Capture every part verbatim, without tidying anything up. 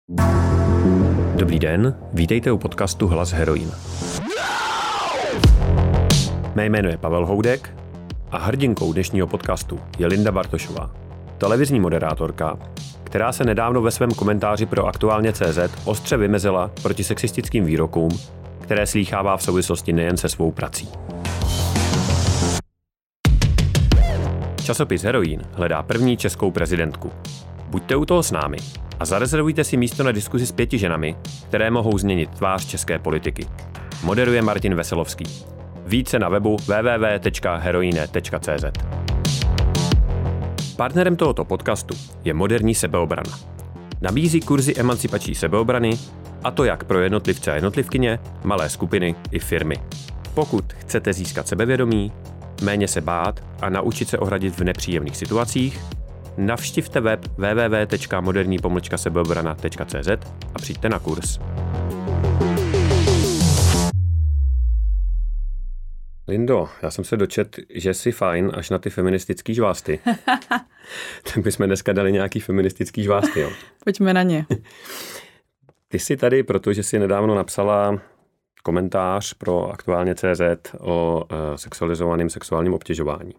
Dobrý den, vítejte u podcastu Hlas heroin. Mé jméno je Pavel Houdek a hrdinkou dnešního podcastu je Linda Bartošová, televizní moderátorka, která se nedávno ve svém komentáři pro Aktuálně tečka cé zet ostře vymezila proti sexistickým výrokům, které slýchává v souvislosti nejen se svou prací. Časopis Heroin hledá první českou prezidentku. Buďte u toho s námi a zarezervujte si místo na diskuzi s pěti ženami, které mohou změnit tvář české politiky. Moderuje Martin Veselovský. Více na webu w w w tečka heroine tečka cé zet. Partnerem tohoto podcastu je Moderní sebeobrana. Nabízí kurzy emancipační sebeobrany, a to jak pro jednotlivce a jednotlivkyně, malé skupiny i firmy. Pokud chcete získat sebevědomí, méně se bát a naučit se ohradit v nepříjemných situacích, navštivte web w w w tečka moderní pomlčka sebeobrana tečka cé zet a přijďte na kurz. Lindo, já jsem se dočet, že jsi fajn až na ty feministický žvásty. Tak bychom dneska dali nějaký feministický žvásty, jo? Pojďme na ně. Ty jsi tady, protože jsi nedávno napsala komentář pro Aktuálně tečka cé zet o e, sexualizovaném sexuálním obtěžování.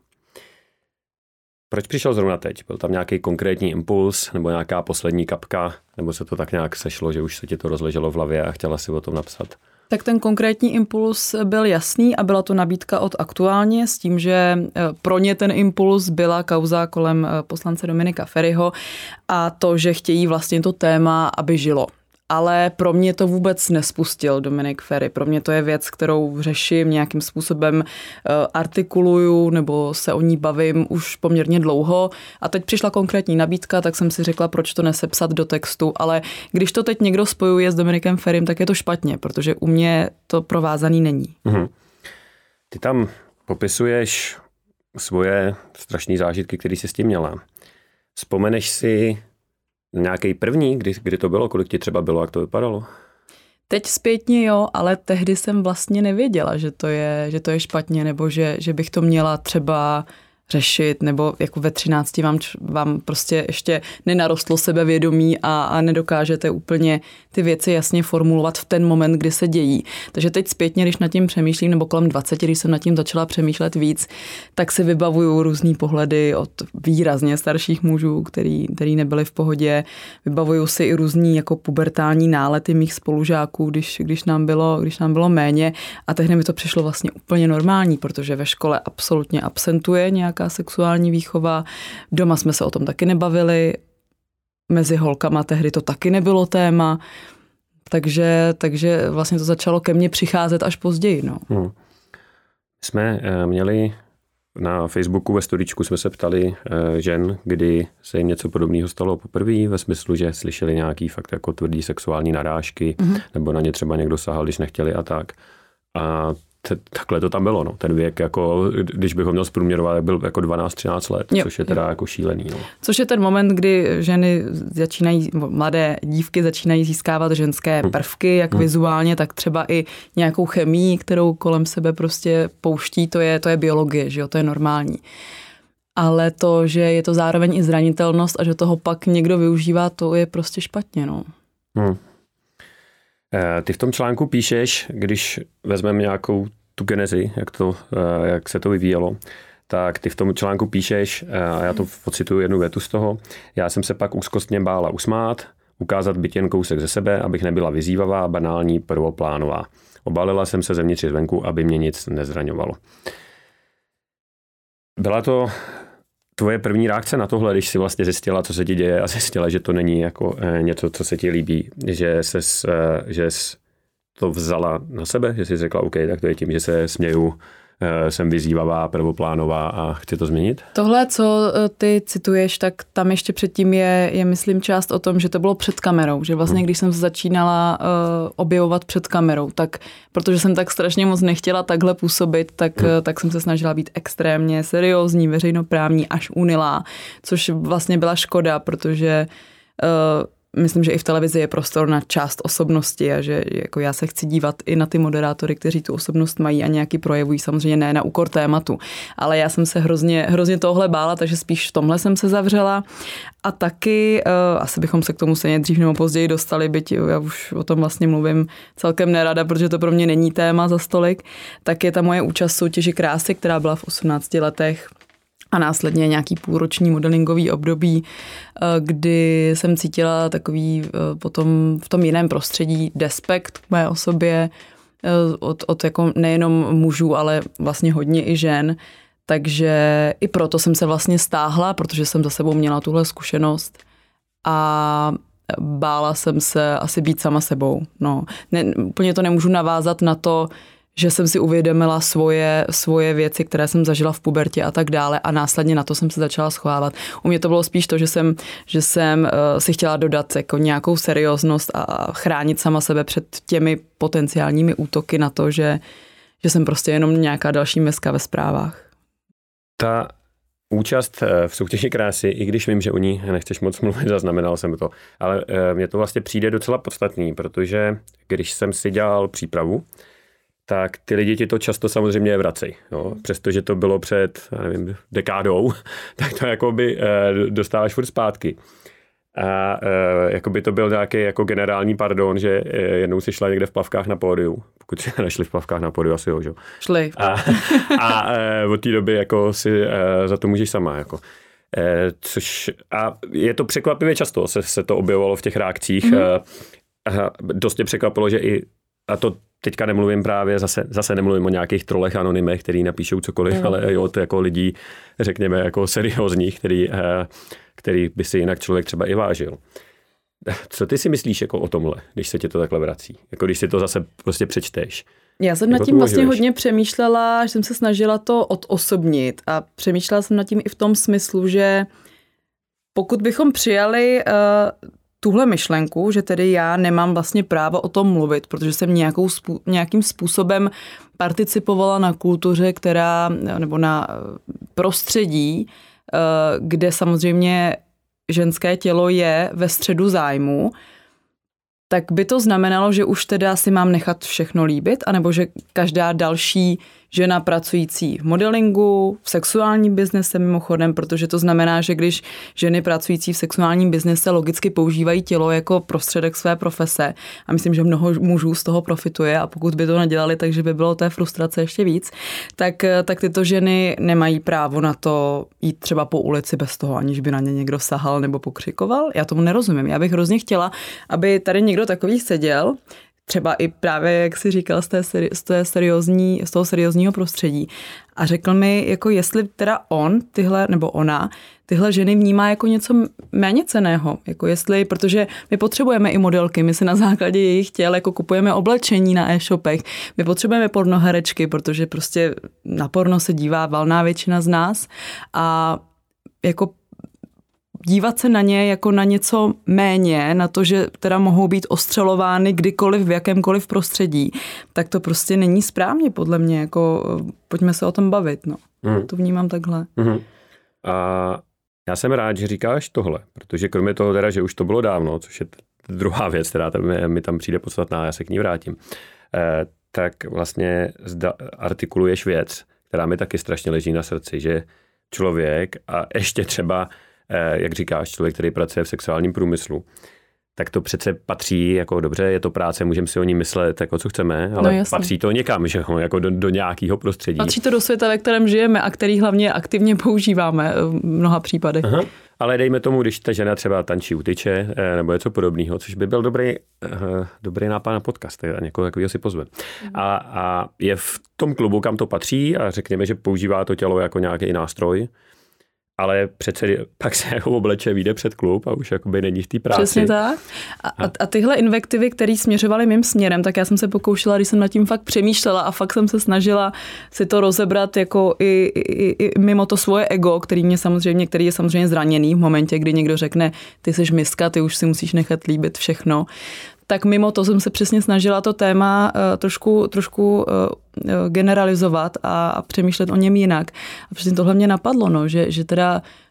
Proč přišel zrovna teď? Byl tam nějaký konkrétní impuls nebo nějaká poslední kapka? Nebo se to tak nějak sešlo, že už se ti to rozleželo v hlavě a chtěla si o tom napsat? Tak ten konkrétní impuls byl jasný a byla to nabídka od Aktuálně s tím, že pro ně ten impuls byla kauza kolem poslance Dominika Feriho a to, že chtějí vlastně to téma, aby žilo. Ale pro mě to vůbec nespustil Dominik Feri. Pro mě to je věc, kterou řeším, nějakým způsobem artikuluju nebo se o ní bavím už poměrně dlouho. A teď přišla konkrétní nabídka, tak jsem si řekla, proč to nesepsat do textu. Ale když to teď někdo spojuje s Dominikem Ferim, tak je to špatně, protože u mě to provázaný není. Mhm. Ty tam popisuješ svoje strašné zážitky, které jsi s tím měla. Vzpomeneš si nějaký první, kdy, kdy to bylo, kolik ti třeba bylo, jak to vypadalo? Teď zpětně jo, ale tehdy jsem vlastně nevěděla, že to je, že to je špatně, nebo že, že bych to měla třeba řešit, nebo jako ve třinácti vám, vám prostě ještě nenarostlo sebevědomí a, a nedokážete úplně ty věci jasně formulovat v ten moment, kdy se dějí. Takže teď zpětně, když nad tím přemýšlím, nebo kolem dvaceti, když jsem nad tím začala přemýšlet víc, tak si vybavuju různý pohledy od výrazně starších mužů, který, který nebyli v pohodě. Vybavuju si i různý jako pubertální nálety mých spolužáků, když, když, nám bylo, když nám bylo méně. A tehdy mi to přišlo vlastně úplně normální, protože ve škole absolutně absentuje nějak sexuální výchova. Doma jsme se o tom taky nebavili. Mezi holkama tehdy to taky nebylo téma. Takže, takže vlastně to začalo ke mně přicházet až později. No. Hmm. Jsme uh, měli na Facebooku ve storíčku jsme se ptali uh, žen, kdy se jim něco podobného stalo poprvé, ve smyslu, že slyšeli nějaký fakt jako tvrdý sexuální narážky, mm-hmm. nebo na ně třeba někdo sahal, když nechtěli a tak. A takhle to tam bylo, no. Ten věk, jako, když bych ho měl zprůměrovat, byl jako dvanáct třináct let, jo, což je teda jo. jako šílený. No. Což je ten moment, kdy ženy začínají, mladé dívky začínají získávat ženské prvky, jak hmm. vizuálně, tak třeba i nějakou chemii, kterou kolem sebe prostě pouští, to je, to je biologie, že jo, to je normální. Ale to, že je to zároveň i zranitelnost a že toho pak někdo využívá, to je prostě špatně, no. Hmm. Ty v tom článku píšeš, když vezmeme nějakou tu genezi, jak, to, jak se to vyvíjelo, tak ty v tom článku píšeš, a já to pocituju jednu větu z toho, já jsem se pak úzkostně bála usmát, ukázat byt jen kousek ze sebe, abych nebyla vyzývavá, banální, prvoplánová. Obalila jsem se zevnitř i zvenku, aby mě nic nezraňovalo. Byla to tvoje první reakce na tohle, když jsi vlastně zjistila, co se ti děje a zjistila, že to není jako něco, co se ti líbí, že ses, že jsi to vzala na sebe, že jsi řekla, OK, tak to je tím, že se směju, jsem vyzývavá, prvoplánová a chci to změnit? Tohle, co ty cituješ, tak tam ještě předtím je, je myslím, část o tom, že to bylo před kamerou, že vlastně, hmm. když jsem se začínala uh, objevovat před kamerou, tak protože jsem tak strašně moc nechtěla takhle působit, tak, hmm. tak jsem se snažila být extrémně seriózní, veřejnoprávní, až unilá, což vlastně byla škoda, protože uh, myslím, že i v televizi je prostor na část osobnosti a že jako já se chci dívat i na ty moderátory, kteří tu osobnost mají a nějaký projevují, samozřejmě ne na úkor tématu. Ale já jsem se hrozně, hrozně tohle bála, takže spíš v tomhle jsem se zavřela. A taky, uh, asi bychom se k tomu stejně dřív nebo později dostali, byť já už o tom vlastně mluvím celkem nerada, protože to pro mě není téma za stolik, tak je ta moje účast v soutěži krásy, která byla v osmnácti letech a následně nějaký půlroční modelingový období, kdy jsem cítila takový potom v tom jiném prostředí despekt k mé osobě od, od jako nejenom mužů, ale vlastně hodně i žen. Takže i proto jsem se vlastně stáhla, protože jsem za sebou měla tuhle zkušenost a bála jsem se asi být sama sebou. No, ne, úplně to nemůžu navázat na to, že jsem si uvědomila svoje, svoje věci, které jsem zažila v pubertě a tak dále a následně na to jsem se začala schovávat. U mě to bylo spíš to, že jsem, že jsem uh, si chtěla dodat jako nějakou serióznost a chránit sama sebe před těmi potenciálními útoky na to, že, že jsem prostě jenom nějaká další meska ve zprávách. Ta účast v soutěži krásy, i když vím, že o ní nechceš moc mluvit, zaznamenal jsem to, ale mně to vlastně přijde docela podstatný, protože když jsem si dělal přípravu, tak ty lidi ti to často samozřejmě vracejí. Přestože to bylo před, nevím, dekádou, tak to jakoby dostáváš furt zpátky. A jakoby to byl nějaký jako generální pardon, že jednou si šla někde v plavkách na pódiu. Pokud si nešli v plavkách na pódiu, asi jo, že? Šli. A, a od té doby jako si za to můžeš sama. Jako. Což, a je to překvapivě často, se, se to objevovalo v těch reakcích. Mm-hmm. A dost mě překvapilo, že i, a to teďka nemluvím právě, zase, zase nemluvím o nějakých trolech, anonymech, který napíšou cokoliv, mm. ale jo, to jako lidí, řekněme, jako seriózních, který, který by si jinak člověk třeba i vážil. Co ty si myslíš jako o tomhle, když se ti to takhle vrací? Jako když si to zase prostě přečteš? Já jsem jako nad tím vlastně hodně přemýšlela, že jsem se snažila to odosobnit a přemýšlela jsem nad tím i v tom smyslu, že pokud bychom přijali uh, tuhle myšlenku, že tedy já nemám vlastně právo o tom mluvit, protože jsem nějakou, nějakým způsobem participovala na kultuře, která, nebo na prostředí, kde samozřejmě ženské tělo je ve středu zájmu, tak by to znamenalo, že už teda si mám nechat všechno líbit, anebo že každá další žena pracující v modelingu, v sexuálním biznese mimochodem, protože to znamená, že když ženy pracující v sexuálním biznese logicky používají tělo jako prostředek své profese a myslím, že mnoho mužů z toho profituje a pokud by to nedělali, takže by bylo té frustrace ještě víc, tak, tak tyto ženy nemají právo na to jít třeba po ulici bez toho, aniž by na ně někdo sahal nebo pokřikoval. Já tomu nerozumím. Já bych hrozně chtěla, aby tady někdo takový seděl, třeba i právě, jak jsi říkal, z, té seri- z, té seriózní, z toho seriózního prostředí. A řekl mi, jako jestli teda on, tyhle, nebo ona, tyhle ženy vnímá jako něco méně cenného. Jako jestli, protože my potřebujeme i modelky, my si na základě jejich těl jako kupujeme oblečení na e-shopech, my potřebujeme pornoherečky, protože prostě na porno se dívá valná většina z nás a jako dívat se na ně jako na něco méně, na to, že teda mohou být ostřelovány kdykoliv v jakémkoliv prostředí, tak to prostě není správně podle mě, jako pojďme se o tom bavit, no. Mm. To vnímám takhle. Mm. A já jsem rád, že říkáš tohle, protože kromě toho teda, že už to bylo dávno, což je druhá věc, která mi tam přijde podstatná, já se k ní vrátím, eh, tak vlastně zda, artikuluješ věc, která mi taky strašně leží na srdci, že člověk a ještě třeba jak říkáš, člověk, který pracuje v sexuálním průmyslu, tak to přece patří, jako dobře, je to práce, můžeme si o ní myslet, jako co chceme, ale no, patří to někam, že jo, jako do, do nějakého prostředí. Patří to do světa, ve kterém žijeme a který hlavně aktivně používáme v mnoha případech. Aha. Ale dejme tomu, když ta žena třeba tančí u tyče nebo něco podobného, což by byl dobrý, uh, dobrý nápad na podcast, a někoho takového si pozve. Mhm. A, a je v tom klubu, kam to patří a řekněme, že používá to tělo jako nějaký nástroj, ale přece pak se obleče, vyjde před klub a už jakoby není v té práci. Přesně tak. A, a, a tyhle invektivy, které směřovaly mým směrem, tak já jsem se pokoušela, když jsem nad tím fakt přemýšlela a fakt jsem se snažila si to rozebrat jako i, i, i mimo to svoje ego, který mě samozřejmě, který je samozřejmě zraněný v momentě, kdy někdo řekne, ty jsi miska, ty už si musíš nechat líbit všechno. Tak mimo to jsem se přesně snažila to téma uh, trošku, trošku uh, generalizovat a, a přemýšlet o něm jinak. A přesně tohle mě napadlo, no, že, že teda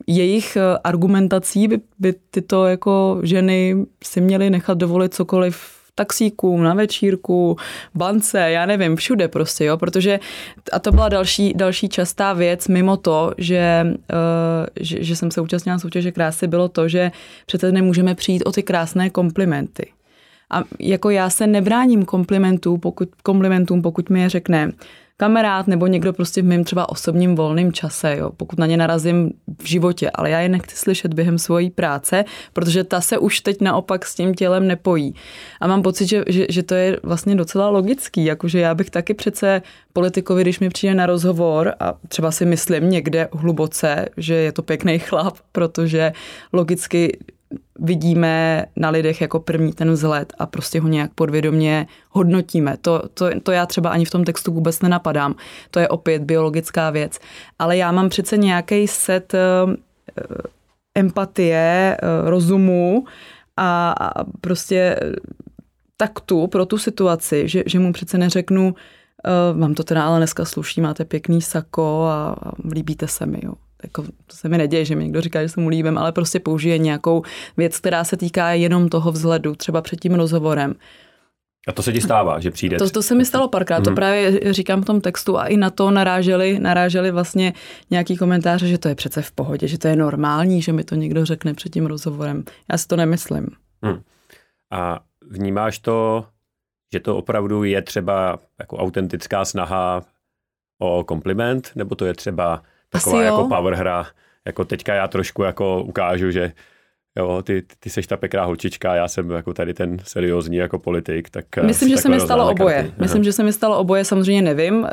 jejich argumentací by, by tyto jako ženy si měly nechat dovolit cokoliv v taxíku, na večírku, bance, já nevím, všude prostě, jo, protože a to byla další, další častá věc mimo to, že, uh, že, že jsem se účastnila soutěže krásy, bylo to, že přece nemůžeme přijít o ty krásné komplimenty. A jako já se nebráním komplimentů, pokud, komplimentům, pokud mi je řekne kamarád nebo někdo prostě v mém třeba osobním volném čase, jo, pokud na ně narazím v životě, ale já je nechci slyšet během svojí práce, protože ta se už teď naopak s tím tělem nepojí. A mám pocit, že, že, že to je vlastně docela logický, jakože já bych taky přece politikovi, když mi přijde na rozhovor a třeba si myslím někde hluboce, že je to pěkný chlap, protože logicky vidíme na lidech jako první ten vzhled a prostě ho nějak podvědomě hodnotíme. To, to, to já třeba ani v tom textu vůbec nenapadám. To je opět biologická věc. Ale já mám přece nějaký set uh, empatie, uh, rozumu a, a prostě taktu pro tu situaci, že, že mu přece neřeknu, uh, vám to teda ale dneska sluší, máte pěkný sako a, a líbíte se mi, jo. Jako, to se mi neděje, že mi někdo říká, že se mu líbím, ale prostě použije nějakou věc, která se týká jenom toho vzhledu, třeba před tím rozhovorem. A to se ti stává, že přijde? To, to se mi stalo párkrát, mm. to právě říkám v tom textu a i na to naráželi, naráželi vlastně nějaký komentáře, že to je přece v pohodě, že to je normální, že mi to někdo řekne před tím rozhovorem. Já si to nemyslím. Mm. A vnímáš to, že to opravdu je třeba jako autentická snaha o kompliment, nebo to je třeba taková jako power hra, jako teďka já trošku jako ukážu, že jo, ty, ty seš ta pěkná holčička, já jsem jako tady ten seriózní jako politik. Tak myslím, že se mi stalo oboje. Karty. Myslím, že se mi stalo oboje, samozřejmě nevím,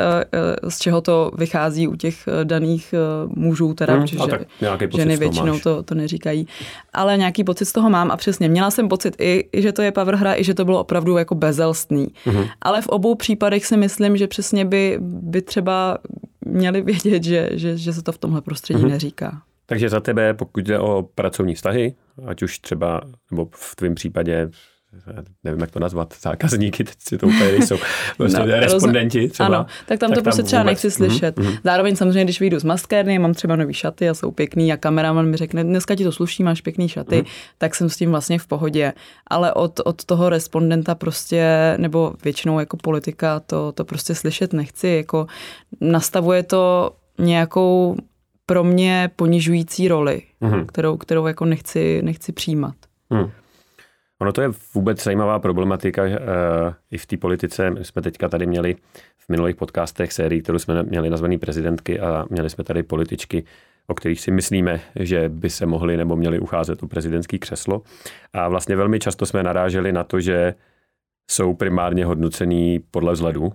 z čeho to vychází u těch daných mužů, teda, hmm, že ženy většinou to, to neříkají, ale nějaký pocit z toho mám a přesně, měla jsem pocit i, že to je power hra, i že to bylo opravdu jako bezelstný. Hmm. Ale v obou případech si myslím, že přesně by, by třeba měli vědět, že, že, že se to v tomhle prostředí hmm. neříká. Takže za tebe, pokud jde o pracovní vztahy, ať už třeba, nebo v tvém případě, nevím, jak to nazvat, zákazníky, teď si to úplně nejsou, vlastně no, respondenti třeba. Ano, tak tam tak to prostě třeba vůbec nechci slyšet. Mm-hmm. Zároveň samozřejmě, když vyjdu z maskérny, mám třeba nový šaty a jsou pěkný a kameraman mi řekne, dneska ti to sluší, máš pěkný šaty, mm-hmm. tak jsem s tím vlastně v pohodě. Ale od, od toho respondenta prostě, nebo většinou jako politika, to, to prostě slyšet nechci. Jako nastavuje to nějakou pro mě ponižující roli, mm-hmm. kterou, kterou jako nechci, nechci přijímat. Mm. Ono to je vůbec zajímavá problematika uh, i v té politice. My jsme teďka tady měli v minulých podcastech sérii, kterou jsme měli nazvaný prezidentky a měli jsme tady političky, o kterých si myslíme, že by se mohli nebo měli ucházet o prezidentský křeslo. A vlastně velmi často jsme naráželi na to, že jsou primárně hodnocený podle vzhledu,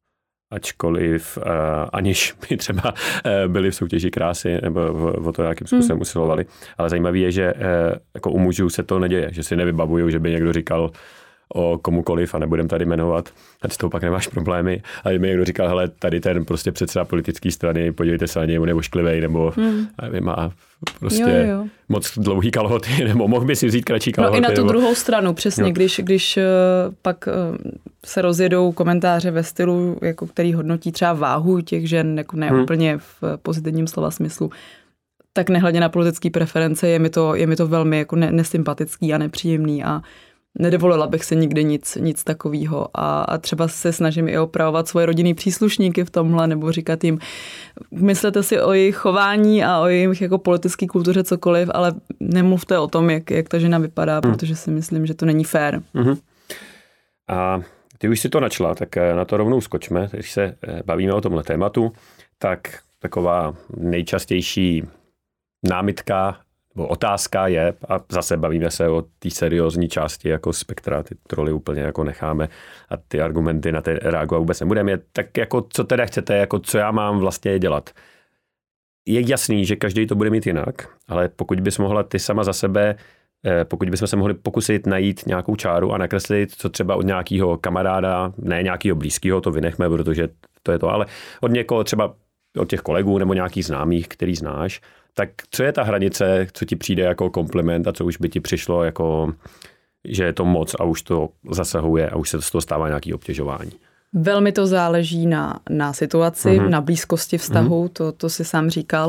ačkoliv uh, aniž by třeba uh, byli v soutěži krásy nebo v, o to, jakým způsobem hmm. usilovali. Ale zajímavé je, že uh, jako u mužů se to neděje, že si nevybavují, že by někdo říkal o komukoliv a nebudem tady jmenovat, a s toho pak nemáš problémy. A mi někdo říkal, hele, tady ten prostě předseda politické strany, podívejte se na něj, on je ošklivej, nebo hmm. má prostě jo, jo. moc dlouhý kalhoty, nebo mohl by si vzít kratší kalhoty. No i na tu nebo... druhou stranu, přesně, no. když, když pak se rozjedou komentáře ve stylu, jako který hodnotí třeba váhu těch žen, jako ne hmm. úplně v pozitivním slova smyslu, tak nehledě na politické preference je mi to, je mi to velmi jako ne, nesympatický a nepříjemný a nedovolila bych si nikdy nic, nic takového a, a třeba se snažím i opravovat svoje rodinný příslušníky v tomhle nebo říkat jim, myslete si o jejich chování a o jejich jako politické kultuře cokoliv, ale nemluvte o tom, jak, jak ta žena vypadá, hmm. protože si myslím, že to není fér. Hmm. A ty už si to načala, tak na to rovnou skočme, když se bavíme o tomhle tématu, tak taková nejčastější námitka nebo otázka je, a zase bavíme se o té seriózní části jako spektra, ty troly úplně jako necháme a ty argumenty na ty reagovat vůbec nebudeme, je tak jako co teda chcete, jako co já mám vlastně dělat. Je jasný, že každý to bude mít jinak, ale pokud bys mohla ty sama za sebe, pokud bychom se mohli pokusit najít nějakou čáru a nakreslit, co třeba od nějakého kamaráda, ne nějakého blízkého, to vynechme, protože to je to, ale od někoho třeba od těch kolegů nebo nějakých známých, který znáš, tak co je ta hranice, co ti přijde jako kompliment a co už by ti přišlo jako, že je to moc a už to zasahuje a už se z toho stává nějaké obtěžování? Velmi to záleží na, na situaci, mm-hmm. na blízkosti vztahu, mm-hmm. to, to si sám říkal.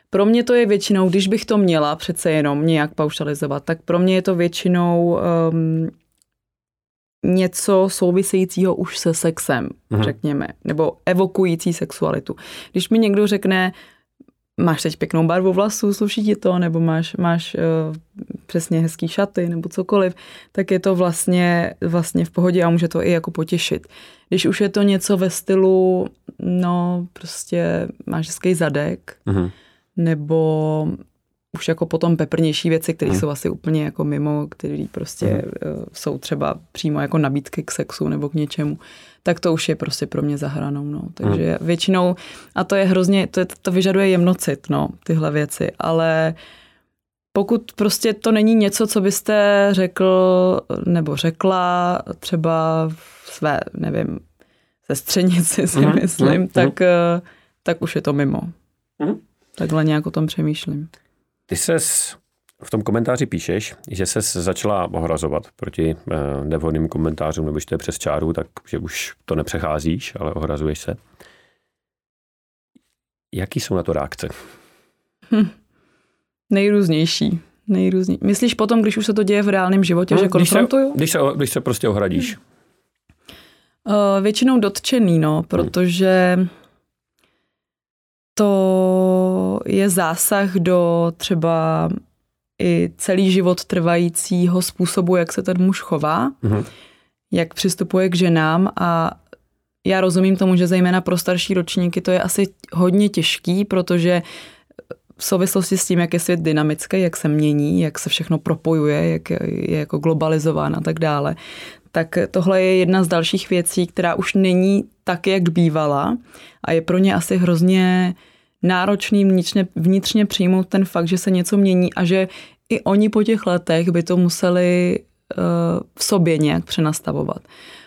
pro mě to je většinou, když bych to měla přece jenom nějak paušalizovat, tak pro mě je to většinou um, něco souvisejícího už se sexem, mm. řekněme, nebo evokující sexualitu. Když mi někdo řekne, máš teď pěknou barvu vlasů, sluší ti to, nebo máš, máš uh, přesně hezký šaty, nebo cokoliv, tak je to vlastně, vlastně v pohodě a může to i jako potěšit. Když už je to něco ve stylu, no prostě máš hezký zadek, mm. nebo už jako potom peprnější věci, které hmm. jsou asi úplně jako mimo, které prostě hmm. jsou třeba přímo jako nabídky k sexu nebo k něčemu, tak to už je prostě pro mě za hranou, no. Takže hmm. většinou, a to je hrozně, to, je, to vyžaduje jemnocit, no, tyhle věci, ale pokud prostě to není něco, co byste řekl nebo řekla třeba v své, nevím, sestřenici si hmm. myslím, hmm. Tak, tak už je to mimo. Hmm. Takhle nějak o tom přemýšlím. Ty ses v tom komentáři píšeš, že ses začala ohrazovat proti nevhodným komentářům, nebo když to je přes čáru, tak že už to nepřecházíš, ale ohrazuješ se. Jaký jsou na to reakce? Hm. Nejrůznější. Nejrůznější. Myslíš potom, když už se to děje v reálném životě, no, že konfrontuju? Když se, když se, když se prostě ohradíš. Hm. Uh, většinou dotčený, no, protože hm. to je zásah do třeba i celý život trvajícího způsobu, jak se ten muž chová, mm-hmm. jak přistupuje k ženám a já rozumím tomu, že zejména pro starší ročníky to je asi hodně těžký, protože v souvislosti s tím, jak je svět dynamický, jak se mění, jak se všechno propojuje, jak je jako globalizován a tak dále, tak tohle je jedna z dalších věcí, která už není tak, jak bývala a je pro ně asi hrozně náročný vnitřně, vnitřně přijmout ten fakt, že se něco mění a že i oni po těch letech by to museli uh, v sobě nějak přenastavovat.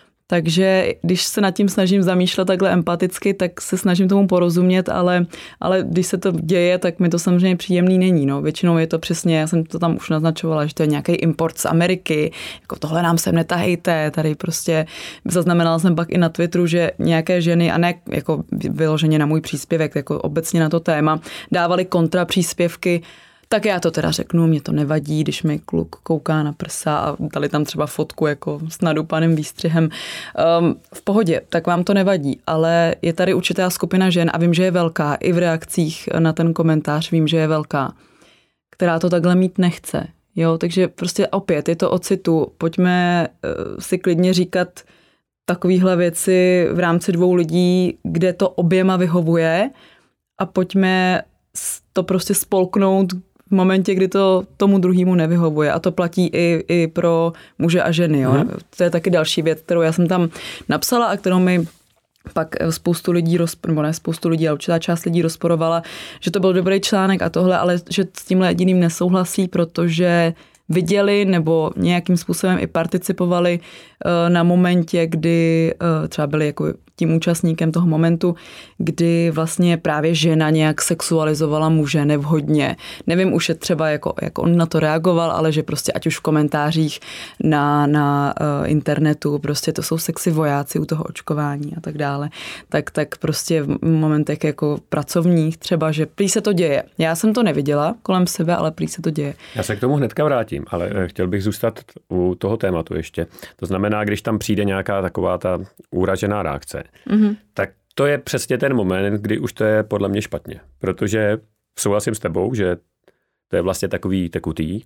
Takže když se nad tím snažím zamýšlet takhle empaticky, tak se snažím tomu porozumět, ale, ale když se to děje, tak mi to samozřejmě příjemný není. No. Většinou je to přesně, já jsem to tam už naznačovala, že to je nějaký import z Ameriky, jako tohle nám sem netahejte, tady prostě zaznamenala jsem pak i na Twitteru, že nějaké ženy, a ne jako vyloženě na můj příspěvek, jako obecně na to téma, dávali kontrapříspěvky. Tak já to teda řeknu, mě to nevadí, když mi kluk kouká na prsa a dali tam třeba fotku jako s nadupaným výstřihem. Um, v pohodě, tak vám to nevadí, ale je tady určitá skupina žen a vím, že je velká, i v reakcích na ten komentář vím, že je velká, která to takhle mít nechce. Jo, takže prostě opět je to o citu. Pojďme uh, si klidně říkat takovéhle věci v rámci dvou lidí, kde to oběma vyhovuje a pojďme to prostě spolknout v momentě, kdy to tomu druhému nevyhovuje. A to platí i, i pro muže a ženy. Jo? Hmm. To je taky další věc, kterou já jsem tam napsala a kterou mi pak spoustu lidí, nebo ne spoustu lidí, ale určitá část lidí rozporovala, že to byl dobrý článek a tohle, ale že s tímhle jediným nesouhlasí, protože viděli nebo nějakým způsobem i participovali na momentě, kdy třeba byli jako tím účastníkem toho momentu, kdy vlastně právě žena nějak sexualizovala muže nevhodně. Nevím už je třeba, jako, jak on na to reagoval, ale že prostě ať už v komentářích na, na uh, internetu, prostě to jsou sexy vojáci u toho očkování a tak dále, tak, tak prostě v momentech jako pracovních třeba, že prý se to děje. Já jsem to neviděla kolem sebe, ale prý se to děje. Já se k tomu hnedka vrátím, ale chtěl bych zůstat u toho tématu ještě. To znamená, když tam přijde nějaká taková ta uražená reakce, mm-hmm. tak to je přesně ten moment, kdy už to je podle mě špatně. Protože souhlasím s tebou, že to je vlastně takový tekutý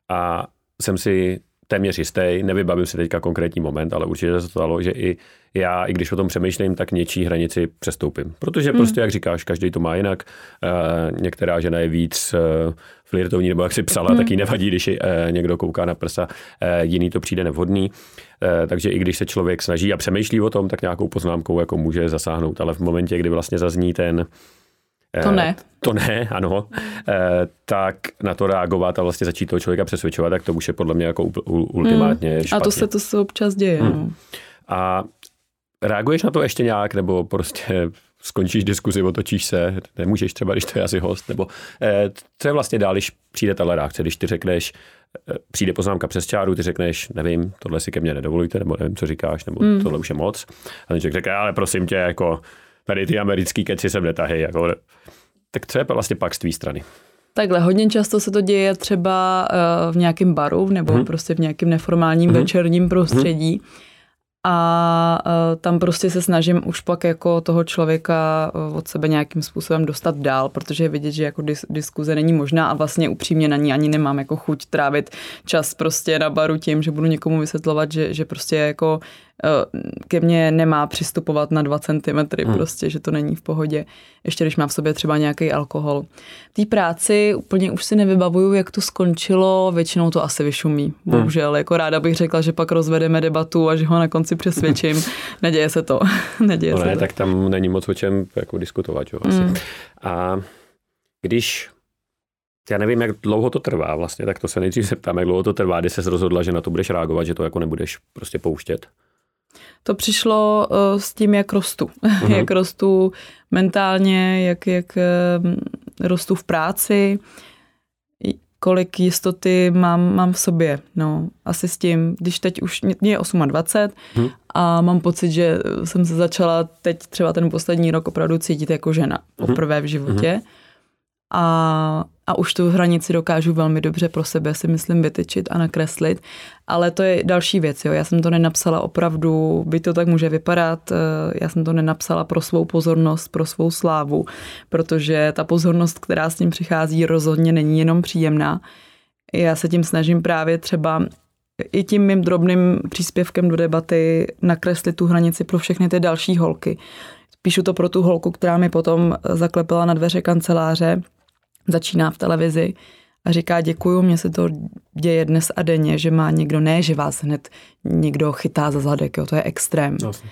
a jsem si téměř jistý, nevybavím si teďka konkrétní moment, ale určitě se to stalo, že i já, i když o tom přemýšlím, tak něčí hranici přestoupím. Protože mm. prostě, jak říkáš, každý to má jinak. Uh, některá žena je víc uh, flirtovní, nebo jak si psala, mm. tak jí nevadí, když uh, někdo kouká na prsa, uh, jiný to přijde nevhodný. Uh, takže i když se člověk snaží a přemýšlí o tom, tak nějakou poznámkou jako může zasáhnout. Ale v momentě, kdy vlastně zazní ten To ne. To ne, ano. Tak na to reagovat a vlastně začít toho člověka přesvědčovat, tak to už je podle mě jako ultimátně mm. špatně. A to se to se občas děje. Mm. No. A reaguješ na to ještě nějak, nebo prostě skončíš diskuzi, otočíš se, nemůžeš třeba, když to je asi host, nebo co je vlastně dál, když přijde tahle reakce, když ty řekneš, přijde poznámka přes čáru, ty řekneš, nevím, tohle si ke mně nedovolujte, nebo nevím, co říkáš, nebo mm. tohle už je moc. A ten člověk řekne, ale prosím tě, jako tady ty americký keci sem netahy, jako tak co je vlastně pak z tvý strany? Takhle, hodně často se to děje třeba uh, v nějakém baru nebo hmm. prostě v nějakém neformálním hmm. večerním prostředí. Hmm. A uh, tam prostě se snažím už pak jako toho člověka uh, od sebe nějakým způsobem dostat dál, protože je vidět, že jako dis- diskuze není možná a vlastně upřímně na ní ani nemám jako chuť trávit čas prostě na baru tím, že budu někomu vysvětlovat, že, že prostě jako uh, ke mně nemá přistupovat na dva centimetry, hmm. prostě, že to není v pohodě, ještě když má v sobě třeba nějaký alkohol. V té práci úplně už si nevybavuju, jak to skončilo, většinou to asi vyšumí, bohužel, hmm. jako ráda bych řekla, že pak rozvedeme debatu a že ho na konci přesvědčím. Neděje se to. Neděje no se ne, to. tak tam není moc o čem jako diskutovat. Jo, asi. Mm. A když, já nevím, jak dlouho to trvá vlastně, tak to se nejdřív zeptám, jak dlouho to trvá, kdy jsi rozhodla, že na to budeš reagovat, že to jako nebudeš prostě pouštět. To přišlo uh, s tím, jak rostu. Mm-hmm. jak rostu mentálně, jak, jak uh, rostu v práci, kolik jistoty mám, mám v sobě. No, asi s tím, když teď už, mě je dvacet osm hmm. a mám pocit, že jsem se začala teď třeba ten poslední rok opravdu cítit jako žena. Poprvé v životě. Hmm. A, a už tu hranici dokážu velmi dobře pro sebe, si myslím, vytyčit a nakreslit. Ale to je další věc. Jo. Já jsem to nenapsala opravdu, by to tak může vypadat, já jsem to nenapsala pro svou pozornost, pro svou slávu, protože ta pozornost, která s tím přichází, rozhodně není jenom příjemná. Já se tím snažím právě třeba i tím mým drobným příspěvkem do debaty nakreslit tu hranici pro všechny ty další holky. Píšu to pro tu holku, která mi potom zaklepila na dveře kanceláře, začíná v televizi a říká děkuju, mně se to děje dnes a denně, že má někdo, ne, že vás hned někdo chytá za zadek, jo, to je extrém. Vlastně.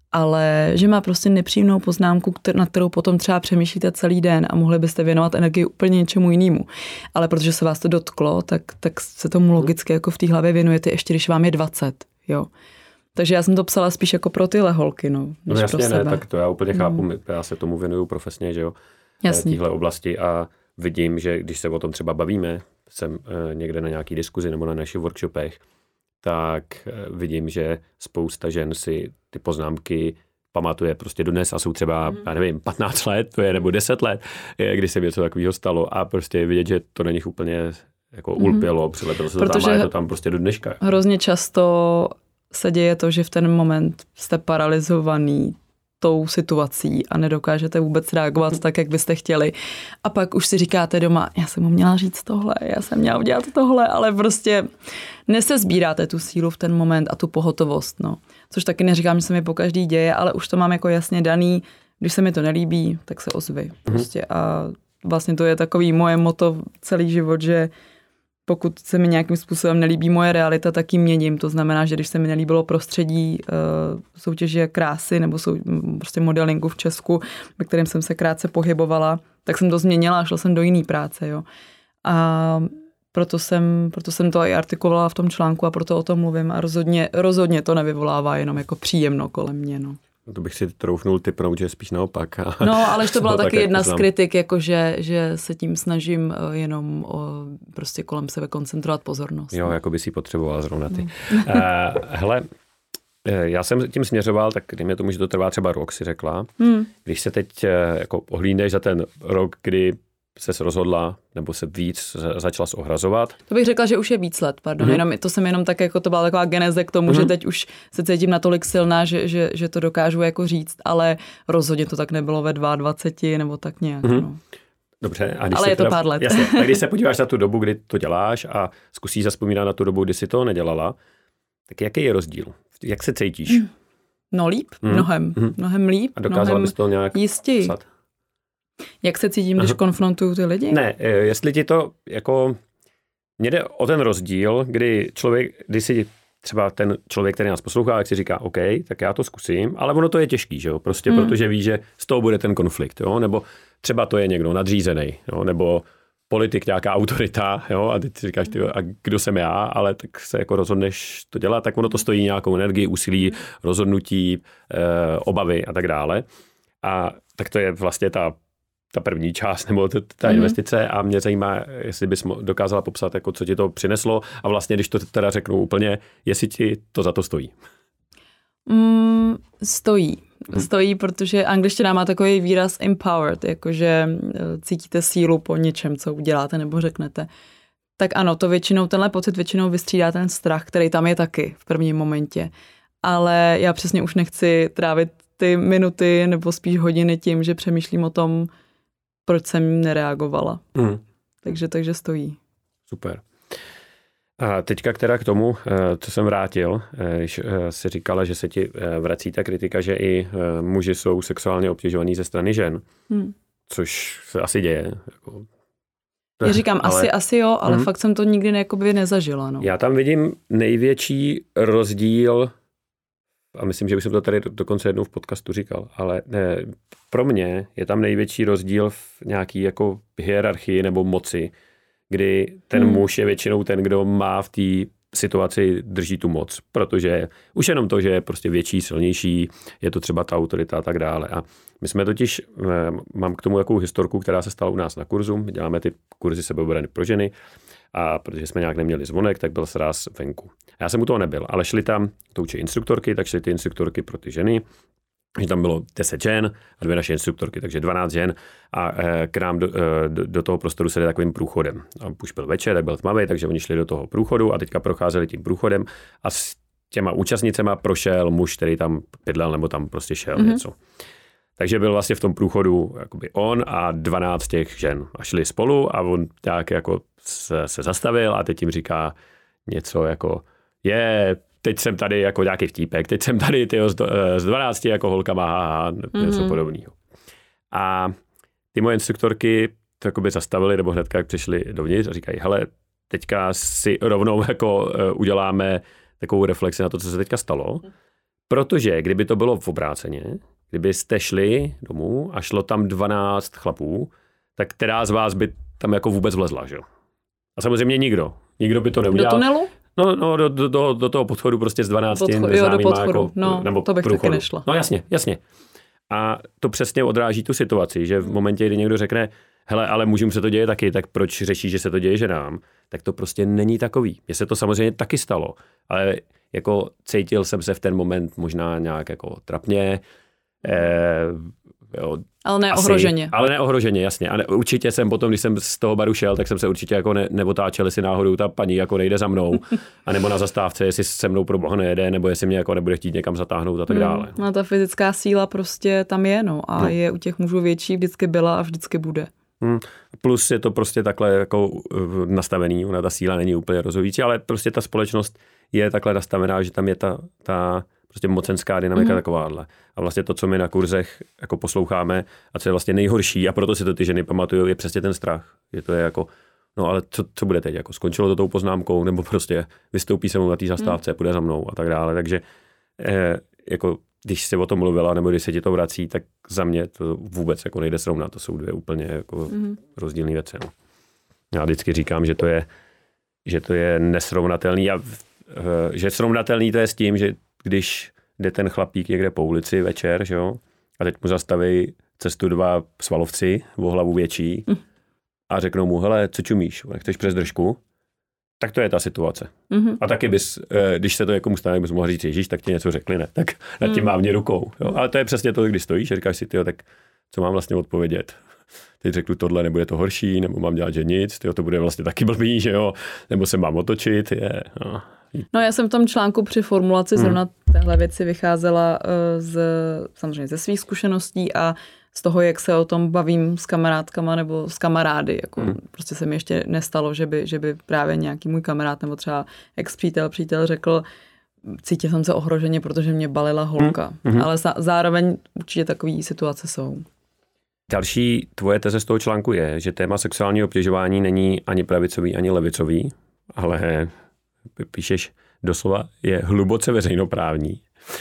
Ale že má prostě nepříjemnou poznámku, na kterou potom třeba přemýšlíte celý den a mohli byste věnovat energii úplně něčemu jinému. Ale protože se vás to dotklo, tak, tak se tomu logicky jako v té hlavě věnujete, ještě když vám je dvacet, jo. Takže já jsem to psala spíš jako pro tyhle holky, no. No jasně ne, tak to já úplně chápu, mm. já se tomu věnuju profesně, že jo, v téhle oblasti a vidím, že když se o tom třeba bavíme, jsem e, někde na nějaký diskuzi nebo na našich workshopech, tak e, vidím, že spousta žen si ty poznámky pamatuje prostě dodnes a jsou třeba, mm. já nevím, patnáct let, to je, nebo deset let, je, kdy se něco takového stalo a prostě je vidět, že to na nich úplně jako mm. ulpělo, přilepilo se to tam a je to tam prostě do dneška. Hrozně často se děje to, že v ten moment jste paralizovaný tou situací a nedokážete vůbec reagovat tak, jak byste chtěli. A pak už si říkáte doma, já jsem mu měla říct tohle, já jsem měla udělat tohle, ale prostě nesezbíráte tu sílu v ten moment a tu pohotovost. No. Což taky neříkám, že se mi po každý děje, ale už to mám jako jasně daný, když se mi to nelíbí, tak se ozvi. Prostě. A vlastně to je takový moje motto celý život, že pokud se mi nějakým způsobem nelíbí moje realita, tak ji měním. To znamená, že když se mi nelíbilo prostředí uh, soutěže krásy nebo sou, prostě modelingu v Česku, ve kterém jsem se krátce pohybovala, tak jsem to změnila a šla jsem do jiné práce. Jo. A proto jsem, proto jsem to i artikulovala v tom článku a proto o tom mluvím. A rozhodně, rozhodně to nevyvolává jenom jako příjemno kolem mě. No. To bych si troufnul typnout, že spíš naopak. No, ale to byla taky tak, jedna z kritik, jakože, že se tím snažím jenom o, prostě kolem sebe koncentrovat pozornost. Jo, jako by si potřebovala zrovna ty. No. uh, hele, já jsem tím směřoval, tak dejme tomu, že to trvá třeba rok, si řekla. Hmm. Když se teď jako ohlídneš za ten rok, kdy se rozhodla, nebo se víc začala ohrazovat. To bych řekla, že už je víc let, pardon. Mm-hmm. Jenom, to jsem jenom tak, jako to byla taková geneze k tomu, mm-hmm. že teď už se cítím natolik silná, že, že, že to dokážu jako říct, ale rozhodně to tak nebylo ve dvaceti dva nebo tak nějak. Mm-hmm. No. Dobře. A když ale je to teda, pár let. Jasně, a když se podíváš na tu dobu, kdy to děláš a zkusíš zavzpomínat na tu dobu, kdy jsi to nedělala, tak jaký je rozdíl? Jak se cítíš? Mm. No líp, mm. mnohem. Mm. Mnohem líp. A dokázala bys to nějak jistý. Psat? Jak se cítím, když Aha. konfrontuju ty lidi? Ne, jestli ti to jako... Mně jde o ten rozdíl, kdy člověk, když si třeba ten člověk, který nás poslouchá, jak si říká, OK, tak já to zkusím, ale ono to je těžký, že jo? Prostě hmm. protože ví, že z toho bude ten konflikt, jo? Nebo třeba to je někdo nadřízený, jo? Nebo politik, nějaká autorita, jo? A ty si říkáš, ty, a kdo jsem já, ale tak se jako rozhodneš to dělat, tak ono to stojí nějakou energii, úsilí, rozhodnutí, eh, obavy a tak dále. A tak to je vlastně ta ta první část, nebo ta mm-hmm. investice a mě zajímá, jestli bys dokázala popsat, jako co ti to přineslo a vlastně, když to teda řeknu úplně, jestli ti to za to stojí. Mm, stojí. Stojí, protože angličtina má takový výraz empowered, jakože cítíte sílu po něčem, co uděláte nebo řeknete. Tak ano, to většinou, tenhle pocit většinou vystřídá ten strach, který tam je taky v prvním momentě. Ale já přesně už nechci trávit ty minuty nebo spíš hodiny tím, že přemýšlím o tom, proč jsem nereagovala. Mm. Takže, takže stojí. Super. A teďka teda k tomu, co jsem vrátil, když si říkala, že se ti vrací ta kritika, že i muži jsou sexuálně obtěžovaní ze strany žen, hmm. což se asi děje. Jako, já říkám, ale, asi, asi jo, ale hmm. fakt jsem to nikdy ne, nezažila. No. Já tam vidím největší rozdíl, a myslím, že už jsem to tady dokonce jednou v podcastu říkal, ale ne, pro mě je tam největší rozdíl v nějaký jako hierarchii nebo moci, kdy ten hmm. muž je většinou ten, kdo má v té situaci drží tu moc, protože už jenom to, že je prostě větší, silnější, je to třeba ta autorita a tak dále. A my jsme totiž, mám k tomu jakou historku, která se stala u nás na kurzu, my děláme ty kurzy sebeobrany pro ženy a protože jsme nějak neměli zvonek, tak byl sráz venku. Já jsem u toho nebyl, ale šli tam, to učí instruktorky, tak šly ty instruktorky pro ty ženy, že tam bylo deset žen a dvě naše instruktorky, takže dvanáct žen a k nám do, do, do toho prostoru se jde takovým průchodem. A už byl večer, tak byl tmavý, takže oni šli do toho průchodu a teďka procházeli tím průchodem a s těma účastnicema prošel muž, který tam bydlel nebo tam prostě šel mm-hmm. něco. Takže byl vlastně v tom průchodu jakoby on a dvanáct těch žen a šli spolu a on tak jako se, se zastavil a teď jim říká něco jako je... Teď jsem tady jako nějaký vtípek, teď jsem tady tyjo, z dvanácti jako holkama, haha, něco mm-hmm. podobného. A ty moje instruktorky to jakoby zastavili, nebo hnedka jak přišli dovnitř a říkají, hele, teďka si rovnou jako uh, uděláme takovou reflexi na to, co se teďka stalo, protože kdyby to bylo v obráceně, kdybyste šli domů a šlo tam dvanáct chlapů, tak která z vás by tam jako vůbec vlezla, že jo? A samozřejmě nikdo. Nikdo by to neudělal. Do tunelu? No, no do, do, do, do toho podchodu prostě z dvanácti Podchod, jo, do podchodu, jako, no, nebo to bych průchodu. taky nešla. No jasně, jasně. A to přesně odráží tu situaci, že v momentě, kdy někdo řekne, hele, ale mužům se to děje taky, tak proč řeší, že se to děje ženám, tak to prostě není takový. Mně se to samozřejmě taky stalo, ale jako cítil jsem se v ten moment možná nějak jako trapně, eh, jo, ale ne ohroženě. Ale ne ohroženě, jasně. A ne, určitě jsem potom, když jsem z toho baru šel, tak jsem se určitě jako ne, neotáčel, jestli náhodou ta paní jako nejde za mnou, a nebo na zastávce, jestli se mnou pro boha nejede, nebo jestli mě jako nebude chtít někam zatáhnout a tak dále. Hmm, no ta fyzická síla prostě tam je, no. A no. je u těch mužů větší, vždycky byla a vždycky bude. Hmm. Plus je to prostě takhle jako nastavený, ona ta síla není úplně rozhodující, ale prostě ta společnost je takhle nastavená, že tam je ta, ta prostě mocenská dynamika mm-hmm. takováhle. A vlastně to, co my na kurzech jako posloucháme a co je vlastně nejhorší, a proto si to ty ženy pamatují, je přesně ten strach. Že to je jako, no ale co, co bude teď? Jako skončilo to tou poznámkou, nebo prostě vystoupí se mnou na té zastávce, mm. půjde za mnou a tak dále. Takže eh, jako když jsi o tom mluvila, nebo když se ti to vrací, tak za mě to vůbec jako nejde srovnat. To jsou dvě úplně jako mm. rozdílné věci. No. Já vždycky říkám, že to je, že to je nesrovnatelný a eh, že srovnatelný to je s tím, že když jde ten chlapík někde po ulici večer, že jo, a teď mu zastaví cestu dva svalovci o hlavu větší mm. a řeknou mu, hele, co čumíš, chceš přes držku? Tak to je ta situace. Mm-hmm. A taky bys, když se to někomu stane, bys mohl říct, ježíš, tak ti něco řekli, ne? Tak nad tím mm. mávně rukou. Jo? Ale to je přesně to, když stojíš a říkáš si, tyjo, tak co mám vlastně odpovědět? Teď řeknu tohle, nebude to horší, nebo mám dělat, že nic, tyjo, to bude vlastně taky blbý, že jo, nebo se mám otočit, je, no. No já jsem v tom článku při formulaci hmm. zrovna téhle věci vycházela z, samozřejmě ze svých zkušeností a z toho, jak se o tom bavím s kamarádkama nebo s kamarády. Jako hmm. Prostě se mi ještě nestalo, že by, že by právě nějaký můj kamarád nebo třeba ex-přítel, přítel řekl, cítil jsem se ohroženě, protože mě balila holka. Hmm. Ale zároveň určitě takové situace jsou. Další tvoje teze z toho článku je, že téma sexuálního obtěžování není ani pravicový, ani levicový, ale píšeš doslova, je hluboce veřejnoprávní.